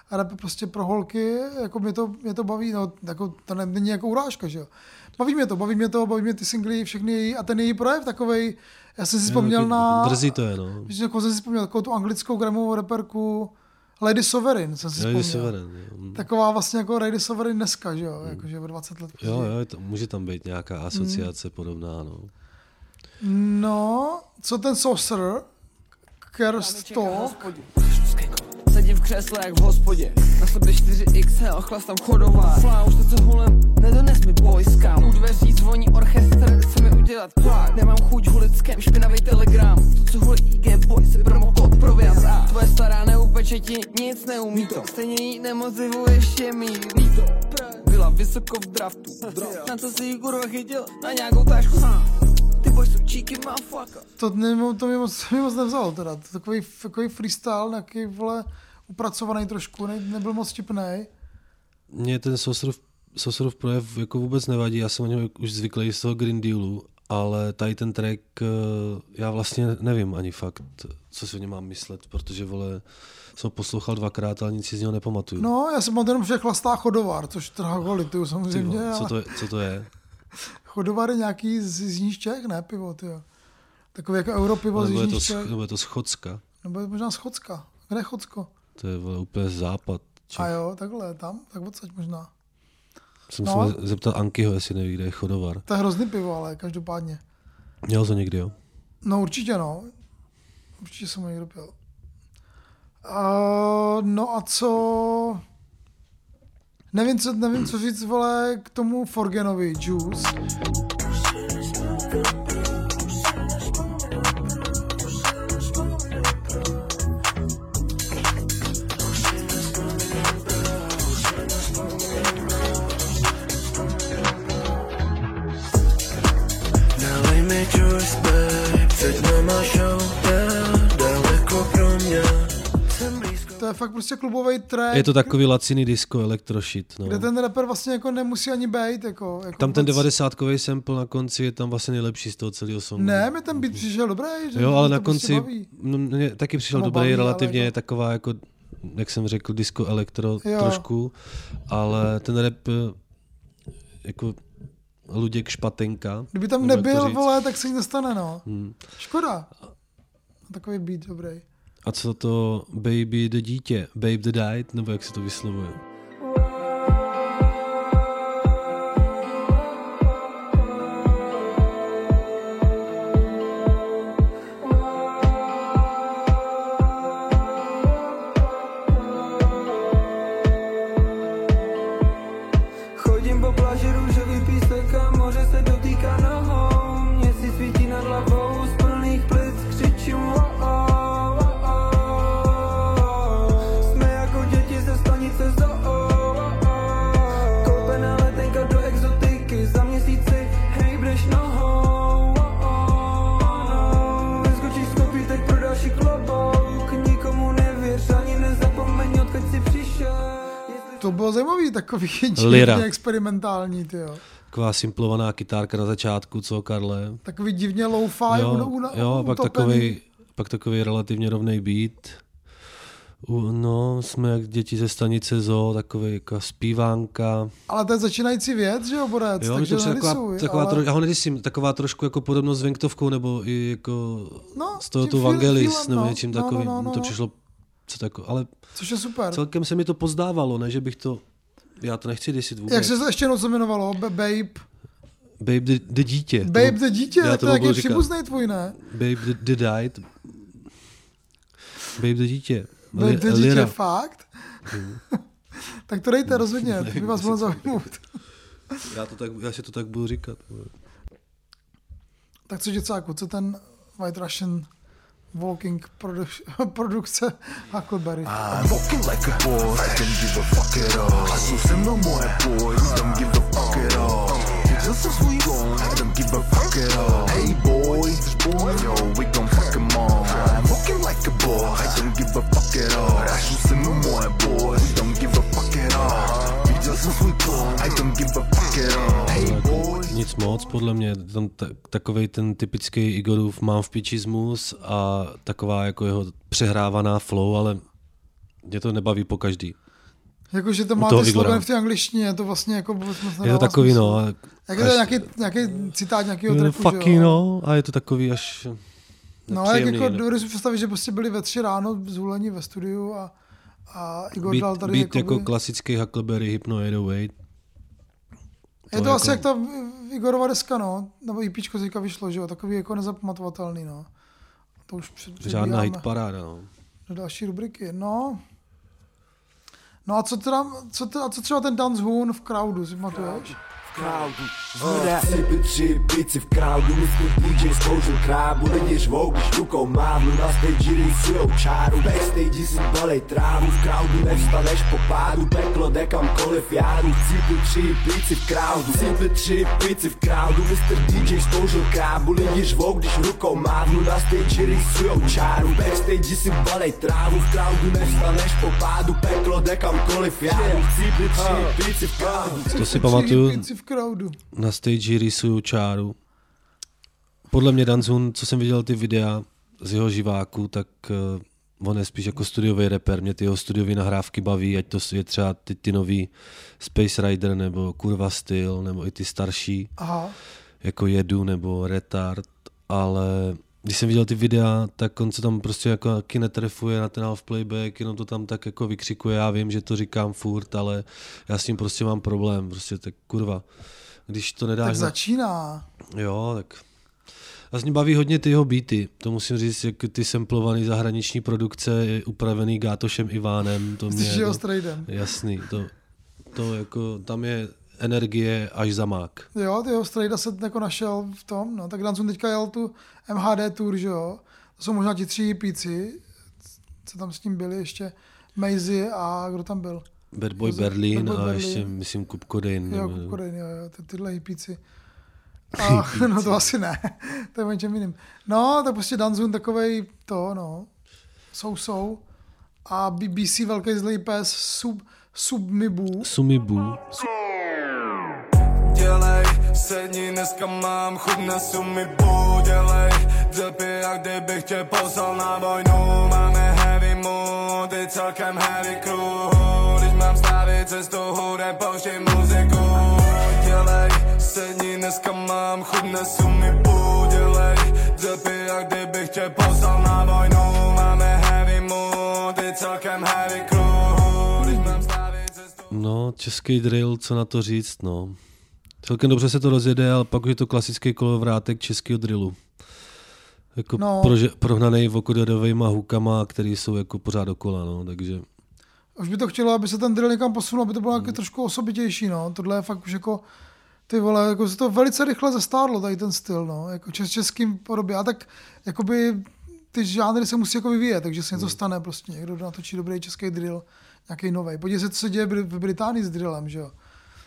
A: rap prostě pro holky, jako mě to baví, no, jako to není jako urážka, že jo. Baví mě ty singly, všechny její, a ten její projev takovej, já jsem si vzpomněl na...
B: Drzí to je, no.
A: Jako jsem si vzpomněl takovou tu anglickou gramovou reperku Lady Sovereign, jsem si
B: Lady
A: vzpomněl.
B: Sovereign,
A: taková vlastně jako Lady Sovereign dneska, že jo, jakože o 20 let později.
B: Jo, může tam být nějaká asociace podobná, no.
A: No, co ten Saucer, Kersto...
K: Sedím v křesle jak v hospodě, na sobě 4XL, chlastám chodová. Flá, už to co hulem, nedones mi bojskám. U dveří zvoní orchestr, chce mi udělat plák. Nemám chuť hulit ském, špinavý telegram. To co hulí IG boy, si promokód pro viac A. Tvoje stará neupeče ti nic neumí to, stejně jí nemotivuješ je mít líto. Byla vysoko v draftu, na co si jí kurva chytil, na nějakou tášku. Ty boj jsou číky, motherfucker.
A: To mi moc nevzalo teda, takový freestyle, nějaký vole upracovaný trošku, nebyl moc vtipnej.
B: Mně ten Saucerův projev jako vůbec nevadí, já jsem o něm už zvyklý z toho Green Dealu, ale tady ten track, já vlastně nevím ani fakt, co si o něm mám myslet, protože vole, jsem ho poslouchal 2krát, ale nic si z něho nepamatuju.
A: No, já jsem jenom, že chlastá chodovar, což teda ho lituju samozřejmě.
B: Co to je?
A: Chodovar je nějaký z Jižních Čech, ne pivo, tyjo. Takový jako europivo z Jižních Čech.
B: Nebo je to z Chocka.
A: Nebo je možná z Chocka. Kde je Chocko?
B: To je úplně západ Čech.
A: A jo, takhle, tam, tak odsaď možná.
B: Jsem se zeptal Ankyho, jestli neví, kde je Chodovar.
A: To je hrozný pivo, ale každopádně.
B: Měl to někdy, jo?
A: No určitě, no. Určitě jsem ho někdo pil. No a co... Nevím, co říct, vole, k tomu Forgenovi, Juice.
E: Nalej mi juice, babe, před náma show, daleko pro mě.
A: To je fakt prostě klubový track.
B: Je to takový laciný disco, elektroshit, no.
A: Kde ten rapper vlastně jako nemusí ani bejt, jako
B: tam ten 90kový sample na konci je tam vlastně nejlepší z toho celého songu.
A: Ne, mi ten beat přišel dobrý.
B: Jo, ale na
A: konci
B: mě taky přišel dobrý, relativně je taková jako, jak jsem řekl, disco elektro trošku, ale ten rap jako Luděk Špatenka.
A: Kdyby tam nebyl, vole, tak se nic nestane, no. Škoda. Takový beat dobrý.
B: A co to Baby the dítě? Babe the died? Nebo jak se to vyslovuje?
K: Chodím po pláži, růžový písek a moře se dotýká nohou. Měsíc svítí nad hlavou, z plných plic křičím
A: To bylo zajímavý, takový
B: Lira.
A: Experimentální, tyjo.
B: Taková simplovaná kytárka na začátku, co, Karle?
A: Takový divně low-fi.
B: Jo, pak takový relativně rovnej beat. No, jsme jak děti ze stanice Zoo, takový jako zpívánka.
A: Ale to je začínající věc, že jo, Borec?
B: Jo,
A: takže
B: já ho nedysím, taková trošku jako podobnost s Venktovkou, nebo i jako z toho tu Vangelis, nebo něčím takovým. To přišlo ale
A: což je super.
B: Celkem se mi to pozdávalo, ne, že bych to, já to nechci disit vůbec.
A: Jak se to ještě jednou jmenovalo? Babe
B: the dítě.
A: Babe the dítě, to je taky příbuznej tvůj, ne?
B: Babe the died. Babe the dítě.
A: Babe the dítě, fakt? Tak to dejte, rozhodně, to by vás mohlo zaujmout.
B: Já si to tak budu říkat.
A: Tak co, děcáku, co ten White Russian Walking produkce Huckleberry.
E: I'm walking like a boss, I don't give a fuck at all. Hustle se mnou moje boys, don't give a fuck at all. Viděl jsem svůj gón, I don't give a fuck at all. Hey boys, yo, we gon' fuck 'em all. I'm walking like a boss, I don't give a fuck at all. Hustle se mnou moje boys, don't give a fuck at all. Viděl jsem svůj gón, I don't give a fuck at all. Hey boys.
B: Nic moc, podle mě, tam takovej ten typický Igorův mám v pičismus a taková jako jeho přehrávaná flow, ale mě to nebaví po každý.
A: Jakože to má ty slogan v té angličtině, je to vlastně jako...
B: Je to takový,
A: smysl.
B: no.
A: Jak je to nějaký citát nějakého tracku,
B: fuck
A: že jo?
B: no, a je to takový až...
A: No, jak jako dovedu si představit, že prostě byli ve 3 ráno zhulení ve studiu a Igor dal tady
B: být jako klasický Huckleberry Hypno 808.
A: Je to asi jak ta Igorova deska, no, nebo EPčko teďka vyšlo, že jo, takový jako nezapamatovatelný, no. To už
B: žádná hit paráda, no.
A: Do další rubriky, no. No a co třeba ten Dance Hoon v crowdu, si pamatuješ?
M: Crowdu, sypy 3 pici v crowdu, Mr. DJ zkouřil krávu, lidi řvou, když rukou mávnu, na stage rýsujou čáru, backstage si balej trávu, v crowdu nevstaneš po pádu, peklo jde kamkoliv jádu, sypy 3 pici v crowdu, sypy 3 pici v crowdu, Mr. DJ zkouřil krávu, lidi řvou, když rukou mávnu, na stage rýsujou čáru, backstage si balej trávu, v crowdu nevstaneš po pádu, peklo jde kamkoliv jádu, sypy 3 pici v crowdu.
B: To si pamatuju.
A: V crowdu.
B: Na stage rýsuju čáru. Podle mě Danzun, co jsem viděl ty videa z jeho živáku, tak on je spíš jako studiový rapper. Mě ty jeho studiové nahrávky baví, ať to je třeba ty nový Space Rider, nebo Kurva Styl, nebo i ty starší, jako Jedu, nebo Retard, ale když jsem viděl ty videa, tak on se tam prostě jako taky netrefuje na ten half playback, jenom to tam tak jako vykřikuje, já vím, že to říkám furt, ale já s tím prostě mám problém, prostě tak kurva. Když to nedáš...
A: Tak začíná.
B: Jo, tak... Vlastně baví hodně ty jeho beaty, to musím říct, jak ty samplovaný zahraniční produkce, upravený Gátošem Ivánem, to mě...
A: Jsi Strejdem.
B: Jasný, to jako, tam je energie až za mák.
A: Jo, ty jeho Strejda se jako našel v tom, no, tak Danzun teďka jel tu MHD tour, že jo, to jsou možná ti 3 píci, co tam s ním byli ještě, Maisie a kdo tam byl?
B: Bad Boy Berlin a ještě, myslím, Kup Codain.
A: Jo, Kup Codain, jo, tyhle hippíci. No to asi ne, to je o něčem jiným. No, tak prostě Danzun takovej to, no, jsou. A BBC velký zlej pes,
B: Sumibu.
N: Dělej, sedni, dneska mám chuť na Sumibu, dělej, depy, jak kdybych tě poslal na vojnu, máme heavy mood, i celkem heavy crew, když mám stavit cestu, hudem pouští muziku, dělej, sedni, dneska mám chuť na Sumibu, dělej, depy, jak kdybych tě poslal na vojnu, máme heavy mood, i celkem heavy crew, když mám stavit cestu.
B: No, český drill, co na to říct, no. Celkem dobře se to rozjede, ale pak už je to klasický kolovrátek českého drillu. Jako prohnaný vokodadovejma hukama, který jsou jako pořád dokola, no, takže...
A: Už by to chtělo, aby se ten drill někam posunul, aby to bylo nějaké trošku osobitější, no. Tohle je fakt už jako, ty vole, jako se to velice rychle zestárlo, tady ten styl, no, jako českým podobě. A tak, jakoby, ty žánry se musí jako vyvíjet, takže se něco stane prostě, někdo natočí dobrý český drill, nějaký novej. Podívej se, co se děje v Británii s drillem, že jo.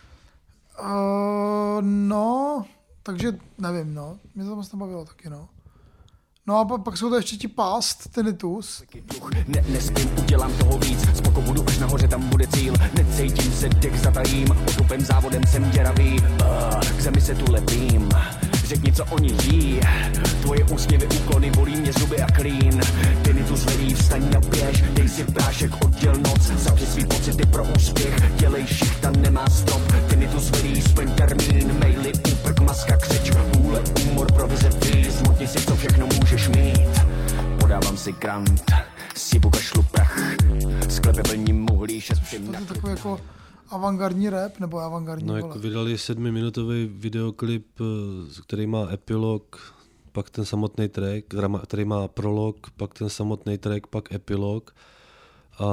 A: No, takže nevím, no. Mě to moc nebavilo taky, no. No a pak jsou to ještě ti Past, Tinnitus.
H: Nespím, udělám toho víc, spoko budu až nahoře, tam bude cíl. Necítím se, dech zatajím, odlupem závodem jsem děravý. K zemi se tu lepím, řekni, co oni jí. Tvoje úsměvy, úklony, bolí mě zuby a klín. Tinnitus velí, vstaň a běž, dej si prášek, odděl noc. Zavři svý pocity pro úspěch, dělej šichta, nemá stop. Tinnitus velí, splň termín, maily, úprk, maska, křič, vůle, humor, provize, víc. Zmotni si, co všechno můžeš mít. Podávám si grant, síbu kašlu prach, sklepě plním uhlí, 6 všim na
A: to. To je takový jako avantgardní rap, nebo avantgardní
B: no, jako vydali 7minutový videoklip, který má epilog, pak ten samotný track, který má prolog, pak ten samotný track, pak epilog. A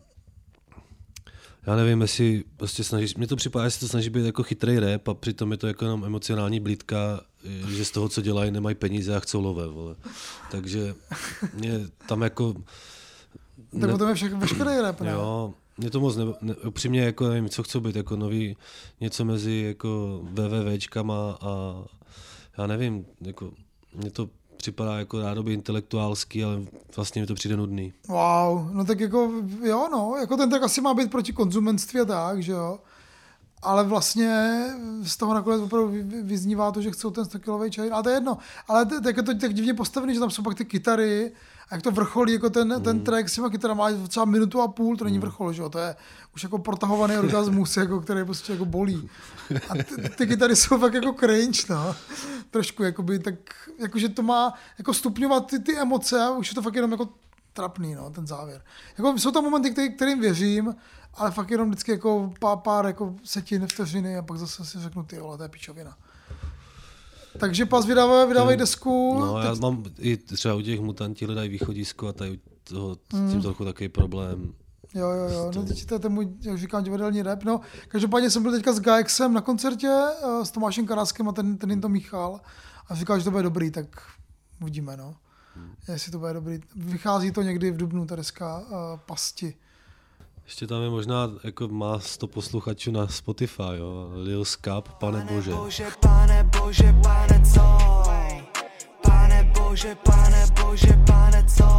B: já nevím, jestli prostě snažíš, mně to připadá, jestli to snaží být jako chytrý rap a přitom je to jako jenom emocionální blídka, že z toho, co dělají, nemají peníze a chcou lové, vole. Takže mě tam jako...
A: Tak potom je veškerý rap, ne?
B: Jo, mě to moc upřímně jako nevím, co chcou být, jako nový, něco mezi jako VVVčkama a já nevím, jako mě to připadá jako rádoby intelektuálský, ale vlastně mi to přijde nudný.
A: Wow, no tak jako, jo no, jako ten tak asi má být proti konzumentství a tak, že jo. ale vlastně z toho nakonec opravdu vyznívá to, že chcou ten 100-kilový chain, ale to je jedno. Ale tak je to tak divně postavený, že tam jsou pak ty kytary a jak to vrcholí, jako ten track s těma kytarama má třeba 1,5 minuty, to není vrchol, že jo, to je už jako protahovaný orgasmus, jako, který prostě jako bolí. A ty kytary jsou fakt jako cringe, no. Trošku, jakoby, tak, jakože to má jako stupňovat ty emoce a už je to fakt jenom jako trapný, no, ten závěr. Jako, jsou tam momenty, kterým věřím, ale fakt jenom vždycky jako pár jako setin, vteřiny a pak zase si řeknu, ty vole, to je pičovina. Takže pas vydávají desku.
B: No, já mám i třeba u těch Mutanti hledají východisko a tady toho s tím trochu takový problém.
A: Jo, no teď to je ten můj, jak říkám, divadelní rap. No, každopádně jsem byl teďka s Gajexem na koncertě s Tomášem Karáskem a ten jim to míchal a říkal, že to bude dobrý, tak uvidíme, no. Jestli to bude dobrý. Vychází to někdy v dubnu, ta deska Pasti.
B: Ještě tam je možná, jako má 100 posluchačů na Spotify, jo. Lil Scap, Pane Bože.
L: Pane Bože, pane co? Pane Bože, pane Bože, pane co?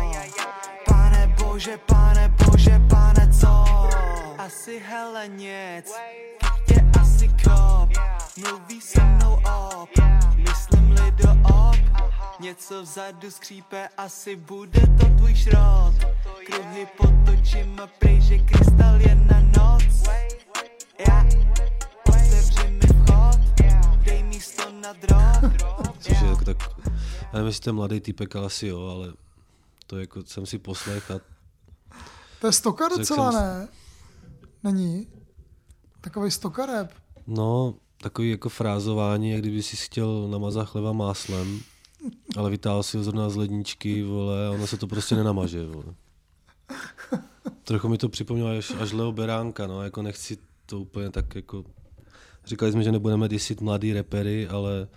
L: Pane Bože, pane Bože, pane co? Asi helenec, je asi krop, mluví se mnou op, myslím-li do op, něco vzadu skřípe, asi bude to tvůj šrot. Kruhy potočím a prej, že krystal je na noc. Já, otevři mi vchod, dej místo na drog.
B: Což je jako tak, já nevím, jestli to je mladý týpek, ale asi jo, ale to jako jsem si poslech a...
A: To je stoka docela, ne? Není? Takovej stoka rap.
B: No, takový jako frázování, jak kdyby si chtěl namazat chleba máslem, ale vytáhl si ho zrovna z ledničky, vole, a ono se to prostě nenamaže, vole. Trochu mi to připomnělo až Leo Beránka, no, jako nechci to úplně tak jako... Říkali jsme, že nebudeme disit mladý repery, ale...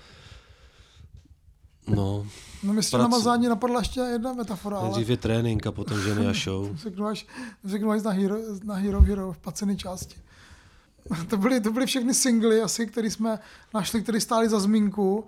B: No
A: myslím, namazání napadla ještě jedna metafora,
B: nejdřív je trénink a potom ženy a show.
A: Řeknu až na Hero v placené části. To byly všechny singly asi, které jsme našli, které stály za zmínku.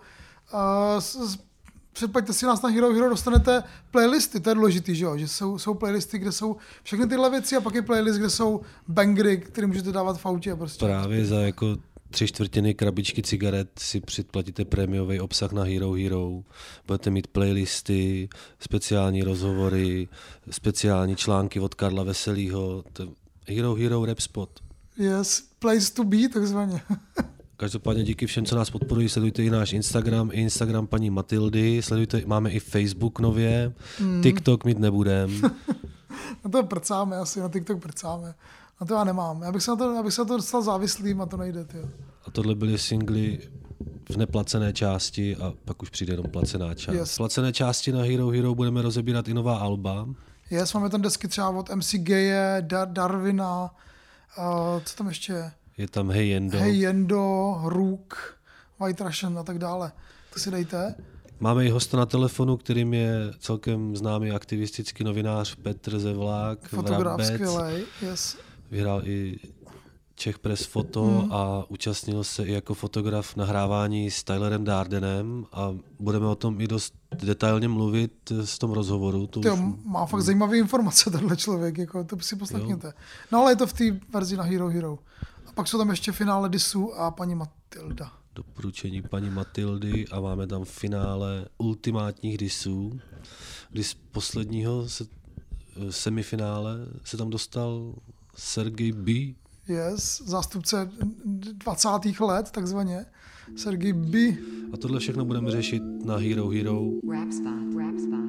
A: Předplaťte si nás na Hero, dostanete playlisty, to je důležitý, že jsou playlisty, kde jsou všechny tyhle věci a pak je playlist, kde jsou bangry, které můžete dávat v autě. Prostě.
B: Právě za jako 3/4 krabičky cigaret si předplatíte prémiový obsah na Hero. Budete mít playlisty, speciální rozhovory, speciální články od Karla Veselýho. Hero Rap Spot.
A: Yes, place to be, takzvaně.
B: Každopádně díky všem, co nás podporují, sledujte i náš Instagram, i Instagram paní Matildy, sledujte, máme i Facebook nově, TikTok mít nebudem.
A: Na to prcáme asi, na TikTok prcáme. Na to já nemám. Abych se na to dostal závislým a to nejde, tyjo.
B: A tohle byly singly v neplacené části a pak už přijde jenom placená část.
A: Yes.
B: V placené části na Hero budeme rozebírat i nová alba.
A: Yes, máme tam desky třeba od MC Gaye, Darwina, co tam ještě je?
B: Je tam Hey
A: Yendo, Rook, White Russian a tak dále. To si dejte.
B: Máme i hosta na telefonu, kterým je celkem známý aktivistický novinář Petr Zevlák.
A: Fotograf skvělej, yes.
B: Vyhrál i Czech Press Foto a účastnil se i jako fotograf nahrávání s Tylerem Dardenem a budeme o tom i dost detailně mluvit v tom rozhovoru.
A: Má fakt zajímavé informace tenhle člověk, jako, to si poslechněte. Jo. No ale je to v té verzi na Hero. A pak jsou tam ještě finále Disu a paní Matilda.
B: Doporučení paní Matildy a máme tam finále ultimátních disů, kdy z posledního semifinále se tam dostal Sergej B.
A: Yes, zástupce 20. let, takzvaně. Sergej B.
B: A tohle všechno budeme řešit na Hero.
O: Rap spot.